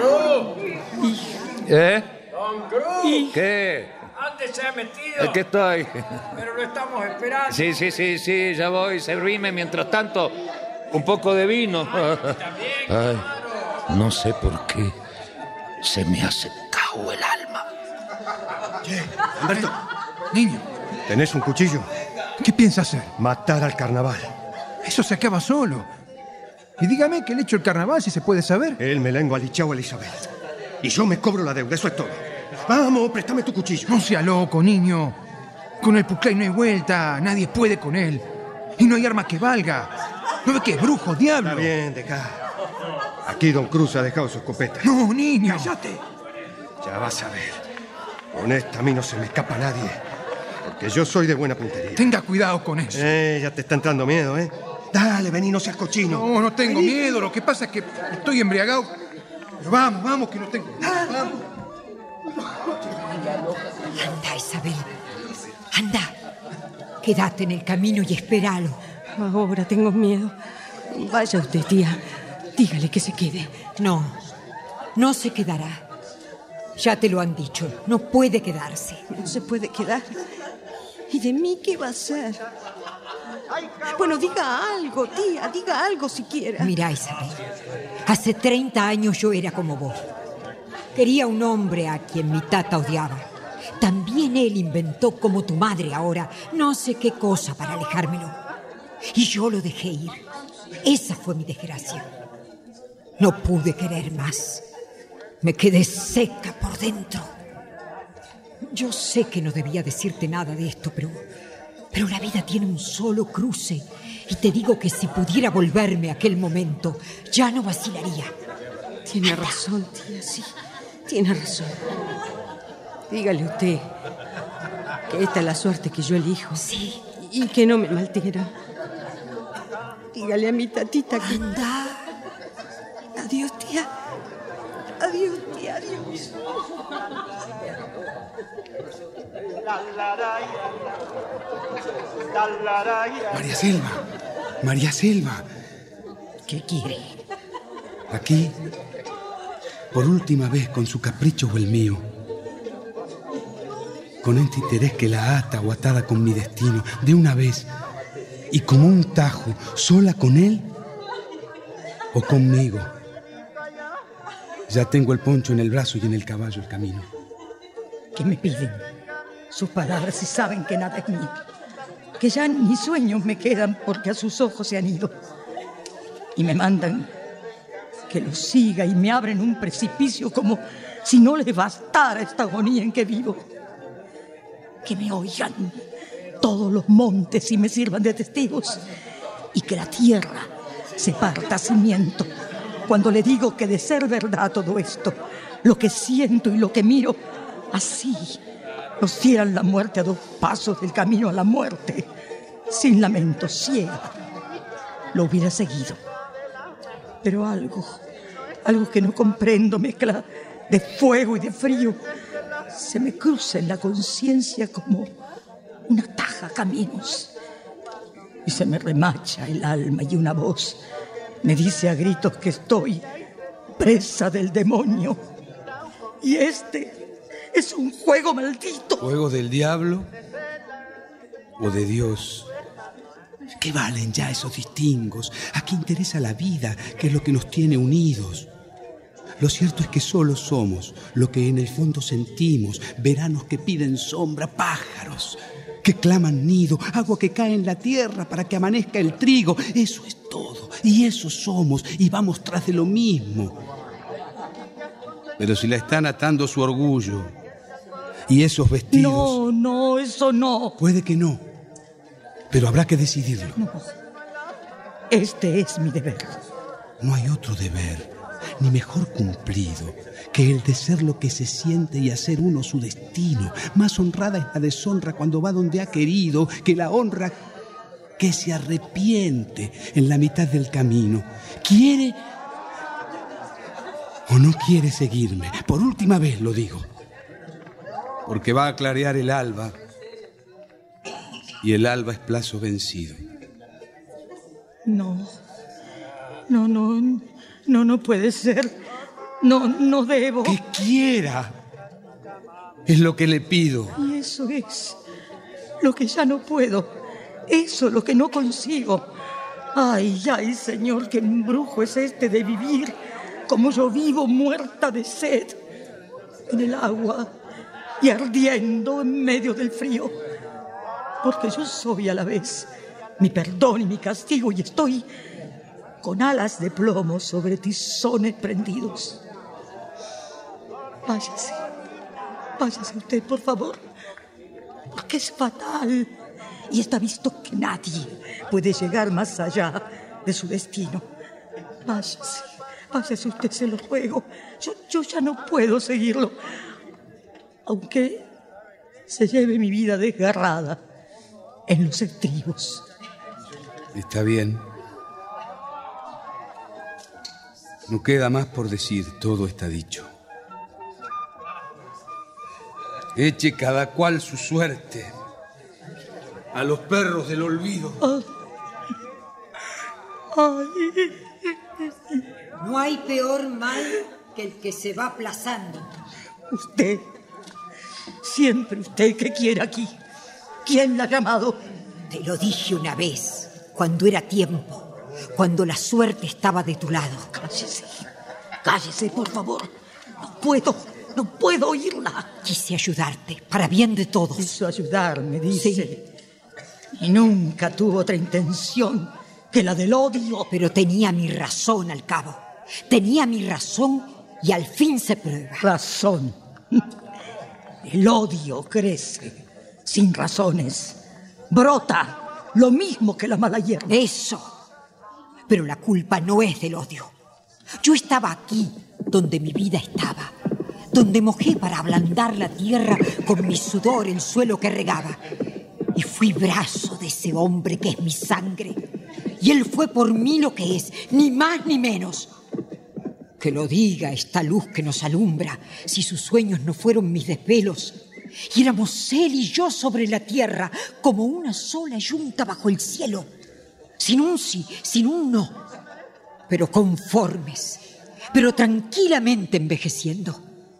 ¡Don Cruz! ¿Qué? ¿Dónde se ha metido? Aquí estoy. Pero lo estamos esperando. Sí, ya voy. Servíme mientras tanto un poco de vino. Ay, no sé por qué se me ha secado el alma. Che, Alberto, niño. ¿Tenés un cuchillo? ¿Qué piensa hacer? Matar al carnaval. Eso se acaba solo. Y dígame que le echo el carnaval, si se puede saber. Él me la ha engualichado a Elizabeth. Y yo me cobro la deuda, eso es todo. Vamos, préstame tu cuchillo. No sea loco, niño. Con el Puclay no hay vuelta. Nadie puede con él. Y no hay arma que valga. ¿No ve que es brujo, diablo? Está bien, deja. Aquí Don Cruz ha dejado su escopeta. No, niño. ¡Cállate! Ya vas a ver. Con esta a mí no se me escapa nadie. Porque yo soy de buena puntería. Tenga cuidado con eso. Ya te está entrando miedo, ¿eh? Dale, vení, no seas cochino. No tengo miedo. Lo que pasa es que estoy embriagado. Pero vamos, que no tengo. Vamos. Anda, Isabel. Anda. Quédate en el camino y espéralo. Ahora tengo miedo. Vaya usted, tía. Dígale que se quede. No se quedará. Ya te lo han dicho, no puede quedarse. No se puede quedar. ¿Y de mí qué va a hacer? Bueno, diga algo, tía, diga algo siquiera. Mirá, Isabel, hace 30 años yo era como vos. Quería un hombre a quien mi tata odiaba. También él inventó, como tu madre ahora, no sé qué cosa para alejármelo. Y yo lo dejé ir. Esa fue mi desgracia. No pude querer más. Me quedé seca por dentro. Yo sé que no debía decirte nada de esto, pero la vida tiene un solo cruce. Y te digo que si pudiera volverme a aquel momento, ya no vacilaría. Tiene razón, tía, sí. Tiene razón. Dígale usted que esta es la suerte que yo elijo. Sí. Y que no me altera. Dígale a mi tatita que... Anda. Adiós, tía. Adiós, tía, adiós. María Selva. ¿Qué quiere? Aquí, por última vez, con su capricho o el mío. Con este interés que la ata o atada con mi destino, de una vez, y como un tajo, sola con él o conmigo. Ya tengo el poncho en el brazo y en el caballo el camino. ¿Qué me piden? Sus palabras, si saben que nada es mío. Que ya ni sueños me quedan porque a sus ojos se han ido. Y me mandan que los siga y me abren un precipicio como si no les bastara esta agonía en que vivo. Que me oigan todos los montes y me sirvan de testigos. Y que la tierra se parta a cimiento cuando le digo que de ser verdad todo esto, lo que siento y lo que miro, así nos dieran la muerte a 2 pasos del camino a la muerte, sin lamento, ciega, lo hubiera seguido. Pero algo que no comprendo, mezcla de fuego y de frío, se me cruza en la conciencia como una taja caminos. Y se me remacha el alma y una voz me dice a gritos que estoy presa del demonio. Y este es un juego maldito. ¿Juego del diablo o de Dios? ¿Qué valen ya esos distingos? ¿A qué interesa la vida, que es lo que nos tiene unidos? Lo cierto es que solo somos lo que en el fondo sentimos, veranos que piden sombra, pájaros que claman nido, agua que cae en la tierra para que amanezca el trigo. Eso es todo, y eso somos, y vamos tras de lo mismo. Pero si la están atando su orgullo y esos vestidos... No, eso no. Puede que no, pero habrá que decidirlo. No. Este es mi deber. No hay otro deber, ni mejor cumplido, que el de ser lo que se siente y hacer uno su destino. Más honrada es la deshonra cuando va donde ha querido, que la honra que se arrepiente en la mitad del camino. ¿Quiere o no quiere seguirme? Por última vez lo digo, porque va a clarear el alba, y el alba es plazo vencido. No puede ser. No debo. Que quiera es lo que le pido. Y eso es lo que ya no puedo. Eso es lo que no consigo. Ay, Señor, qué embrujo es este de vivir como yo vivo, muerta de sed, en el agua y ardiendo en medio del frío. Porque yo soy a la vez mi perdón y mi castigo, y estoy con alas de plomo sobre tizones prendidos. Váyase usted, por favor, porque es fatal y está visto que nadie puede llegar más allá de su destino. Váyase usted, se lo ruego. Yo ya no puedo seguirlo, aunque se lleve mi vida desgarrada en los estribos. Está bien. No queda más por decir, todo está dicho. Eche cada cual su suerte a los perros del olvido. No hay peor mal que el que se va aplazando. Usted. Siempre usted que quiere aquí. ¿Quién la ha llamado? Te lo dije una vez, cuando era tiempo, cuando la suerte estaba de tu lado. Cállese. Cállese, por favor. No puedo oírla. Quise ayudarte, para bien de todos. Quiso ayudarme, dice. Sí. Y nunca tuvo otra intención que la del odio. Pero tenía mi razón al cabo. Tenía mi razón y al fin se prueba. Razón. El odio crece sin razones. Brota lo mismo que la mala hierba. Eso. Pero la culpa no es del odio. Yo estaba aquí, donde mi vida estaba, donde mojé para ablandar la tierra con mi sudor el suelo que regaba. Y fui brazo de ese hombre que es mi sangre. Y él fue por mí lo que es, ni más ni menos. Que lo diga esta luz que nos alumbra, si sus sueños no fueron mis desvelos. Y éramos él y yo sobre la tierra, como una sola yunta bajo el cielo. Sin un sí, sin un no, pero conformes, pero tranquilamente envejeciendo.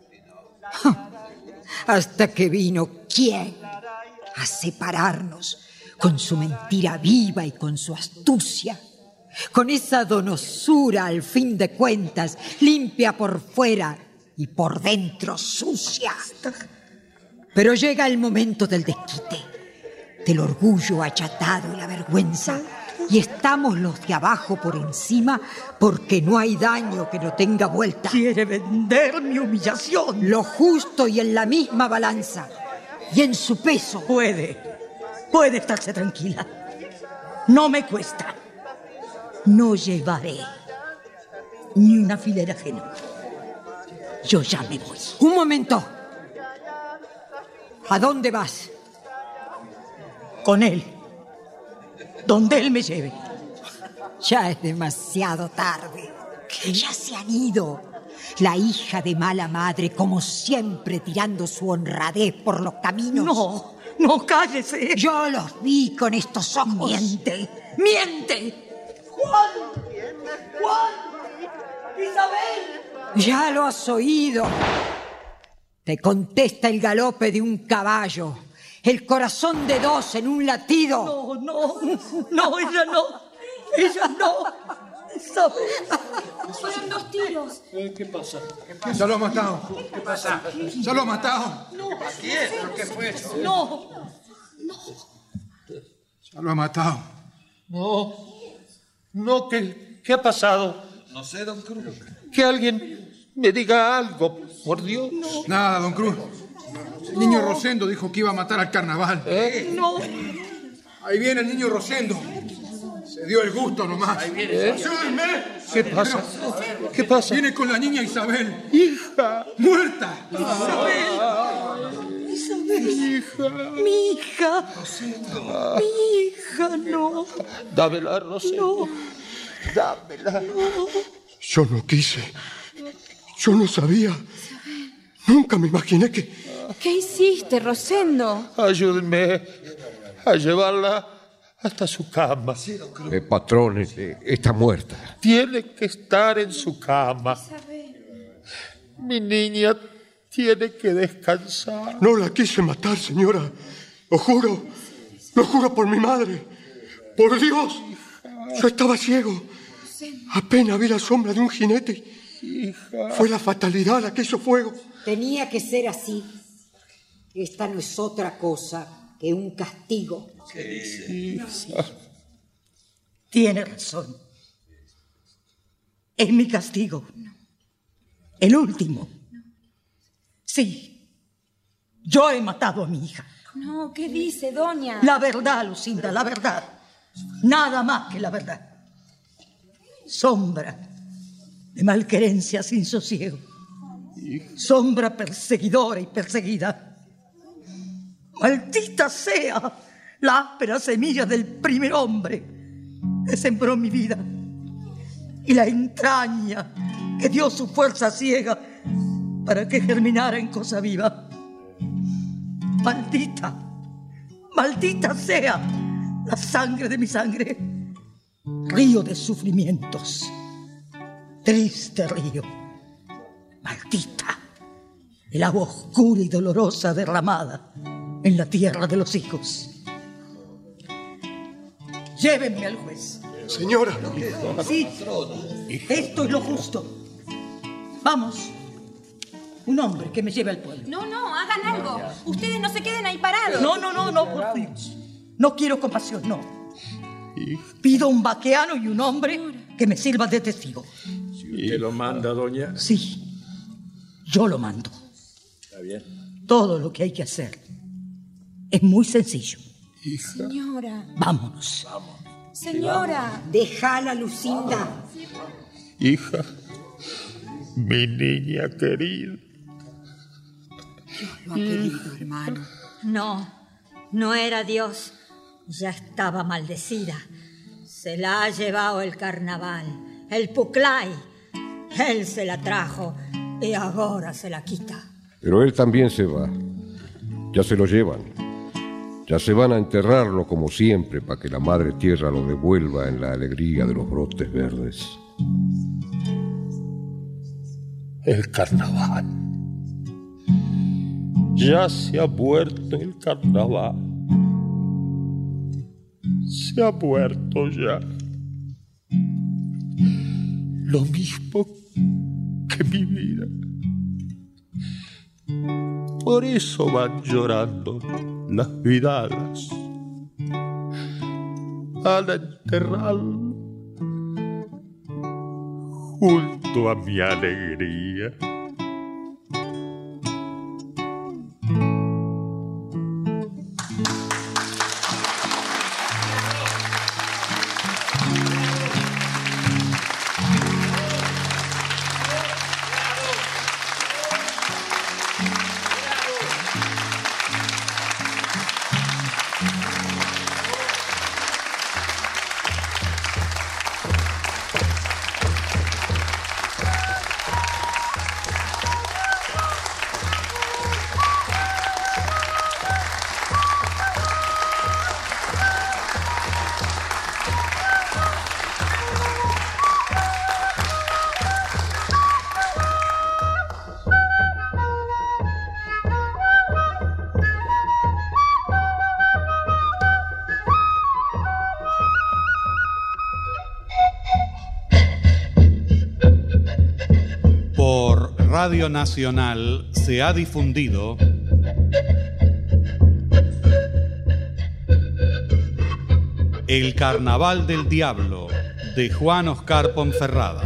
Hasta que vino, ¿quién? A separarnos con su mentira viva y con su astucia, con esa donosura al fin de cuentas, limpia por fuera y por dentro sucia. Pero llega el momento del desquite, del orgullo achatado y la vergüenza, y estamos los de abajo por encima porque no hay daño que no tenga vuelta. Quiere vender mi humillación. Lo justo y en la misma balanza, y en su peso. Puede estarse tranquila. No me cuesta. No llevaré ni una filera ajena. Yo ya me voy. Un momento. ¿A dónde vas? Con él. Donde él me lleve. Ya es demasiado tarde. Ya se han ido. La hija de mala madre, como siempre, tirando su honradez por los caminos. No, cállese. Yo los vi con estos ojos. Miente. Juan, Isabel. Ya lo has oído. Te contesta el galope de un caballo. El corazón de dos en un latido. No, ella no. Isabel. Fueron 2 tiros. ¿Qué pasa? ¿Ya lo ha matado? ¿Qué pasa? ¿Ya lo ha matado? ¿A quién? ¿Qué fue eso? No. Ya lo ha matado. No, ¿qué ha pasado? No sé, don Cruz. Que alguien me diga algo, por Dios. Nada, don Cruz. El niño Rosendo dijo que iba a matar al carnaval. No. Ahí viene el niño Rosendo. Se dio el gusto nomás. Ahí viene. ¡Ayúdenme! ¿Qué pasa? ¿Qué pasa? Viene con la niña Isabel. ¡Hija! ¡Muerta! Isabel. ¡Hija! Mi hija. Mi hija, no. Dámela, Rosendo. Dámela. Yo no quise. Yo no sabía. Nunca me imaginé que... ¿Qué hiciste, Rosendo? Ayúdenme a llevarla hasta su cama. Patrón, está muerta. Tiene que estar en su cama. Mi niña tiene que descansar. No la quise matar, señora. Lo juro por mi madre. Por Dios. Yo estaba ciego. Apenas vi la sombra de un jinete. Fue la fatalidad la que hizo fuego. Tenía que ser así. Esta no es otra cosa que un castigo. Tiene razón. Es mi castigo. El último. Sí. Yo he matado a mi hija. No, ¿qué dice, doña? La verdad, Lucinda, la verdad. Nada más que la verdad. Sombra de malquerencia sin sosiego. Sombra perseguidora y perseguida. Maldita sea la áspera semilla del primer hombre que sembró mi vida y la entraña que dio su fuerza ciega para que germinara en cosa viva. Maldita sea la sangre de mi sangre, río de sufrimientos, triste río. Maldita. el agua oscura y dolorosa derramada en la tierra de los hijos. Llévenme al juez. Señora. Sí, esto es lo justo. Vamos. Un hombre que me lleve al pueblo. No, hagan algo. Ustedes no se queden ahí parados. No, por Dios. No quiero compasión, no. Pido un vaqueano y un hombre que me sirva de testigo. Si usted lo manda, doña. Sí, yo lo mando. Está bien. Todo lo que hay que hacer es muy sencillo. Hija. Señora. Vámonos. Señora. Déjala, Lucinda. Hija, mi niña querida. Dios lo ha querido, hermano. No era Dios. Ya estaba maldecida. Se la ha llevado el carnaval, el Puclay. Él se la trajo y ahora se la quita. Pero él también se va. Ya se lo llevan. Ya se van a enterrarlo como siempre para que la madre tierra lo devuelva en la alegría de los brotes verdes. El carnaval. Ya se ha muerto el carnaval. Se ha muerto ya. Lo mismo que mi vida. Por eso van llorando las vidalas al enterrarlo junto a mi alegría. Radio Nacional se ha difundido El Carnaval del Diablo de Juan Oscar Ponferrada.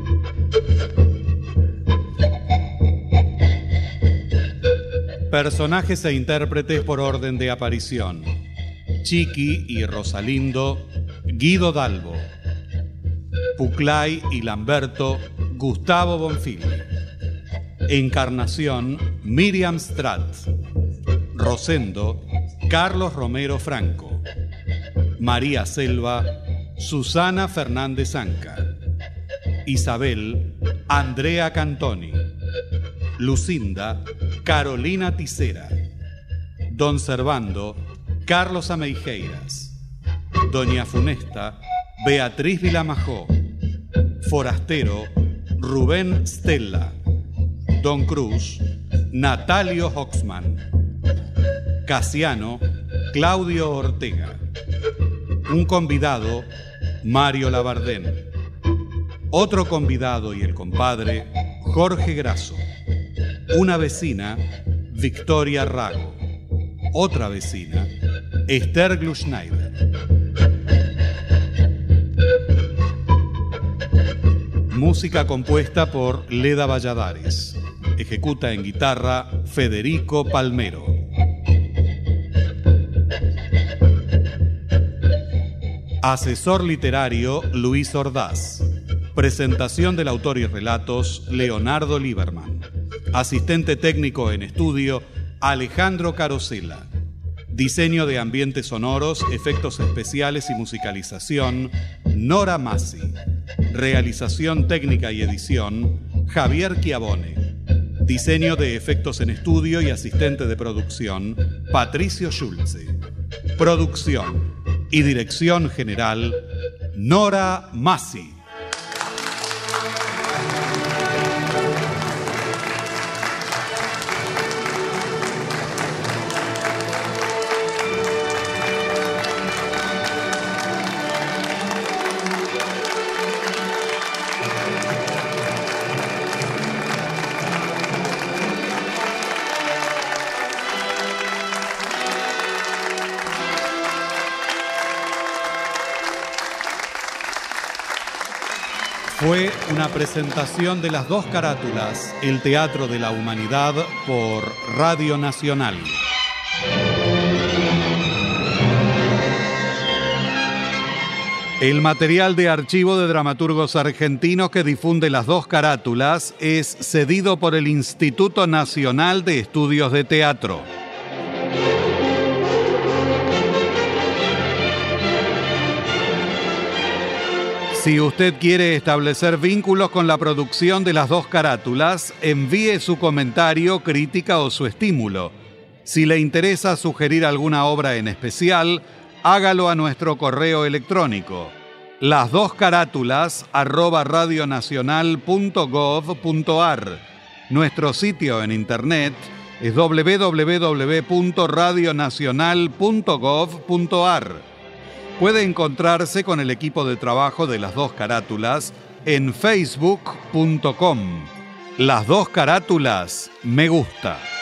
Personajes e intérpretes por orden de aparición: Chiqui y Rosalindo, Guido Dalbo; Puclay y Lamberto, Gustavo Bonfili; Encarnación, Miriam Stratt; Rosendo, Carlos Romero Franco; María Selva, Susana Fernández Anca; Isabel, Andrea Cantoni; Lucinda, Carolina Tisera; Don Servando, Carlos Ameijeiras; Doña Funesta, Beatriz Vilamajó; Forastero, Rubén Stella; Don Cruz, Natalio Hoxman; Casiano, Claudio Ortega; un convidado, Mario Labardén; otro convidado y el compadre, Jorge Grasso; una vecina, Victoria Rago; otra vecina, Esther Gluschneider. Música compuesta por Leda Valladares. Ejecuta en guitarra Federico Palmero. Asesor literario Luis Ordaz. Presentación del autor y relatos Leonardo Lieberman. Asistente técnico en estudio Alejandro Carosella. Diseño de ambientes sonoros, efectos especiales y musicalización Nora Massi. Realización técnica y edición Javier Chiavone. Diseño de efectos en estudio y asistente de producción Patricio Schulze. Producción y dirección general Nora Massi. Fue una presentación de Las Dos Carátulas, el Teatro de la Humanidad por Radio Nacional. El material de archivo de dramaturgos argentinos que difunde Las Dos Carátulas es cedido por el Instituto Nacional de Estudios de Teatro. Si usted quiere establecer vínculos con la producción de Las Dos Carátulas, envíe su comentario, crítica o su estímulo. Si le interesa sugerir alguna obra en especial, hágalo a nuestro correo electrónico lasdoscarátulas@radionacional.gov.ar. Nuestro sitio en internet es www.radionacional.gov.ar. Puede encontrarse con el equipo de trabajo de Las Dos Carátulas en facebook.com. Las Dos Carátulas me gusta.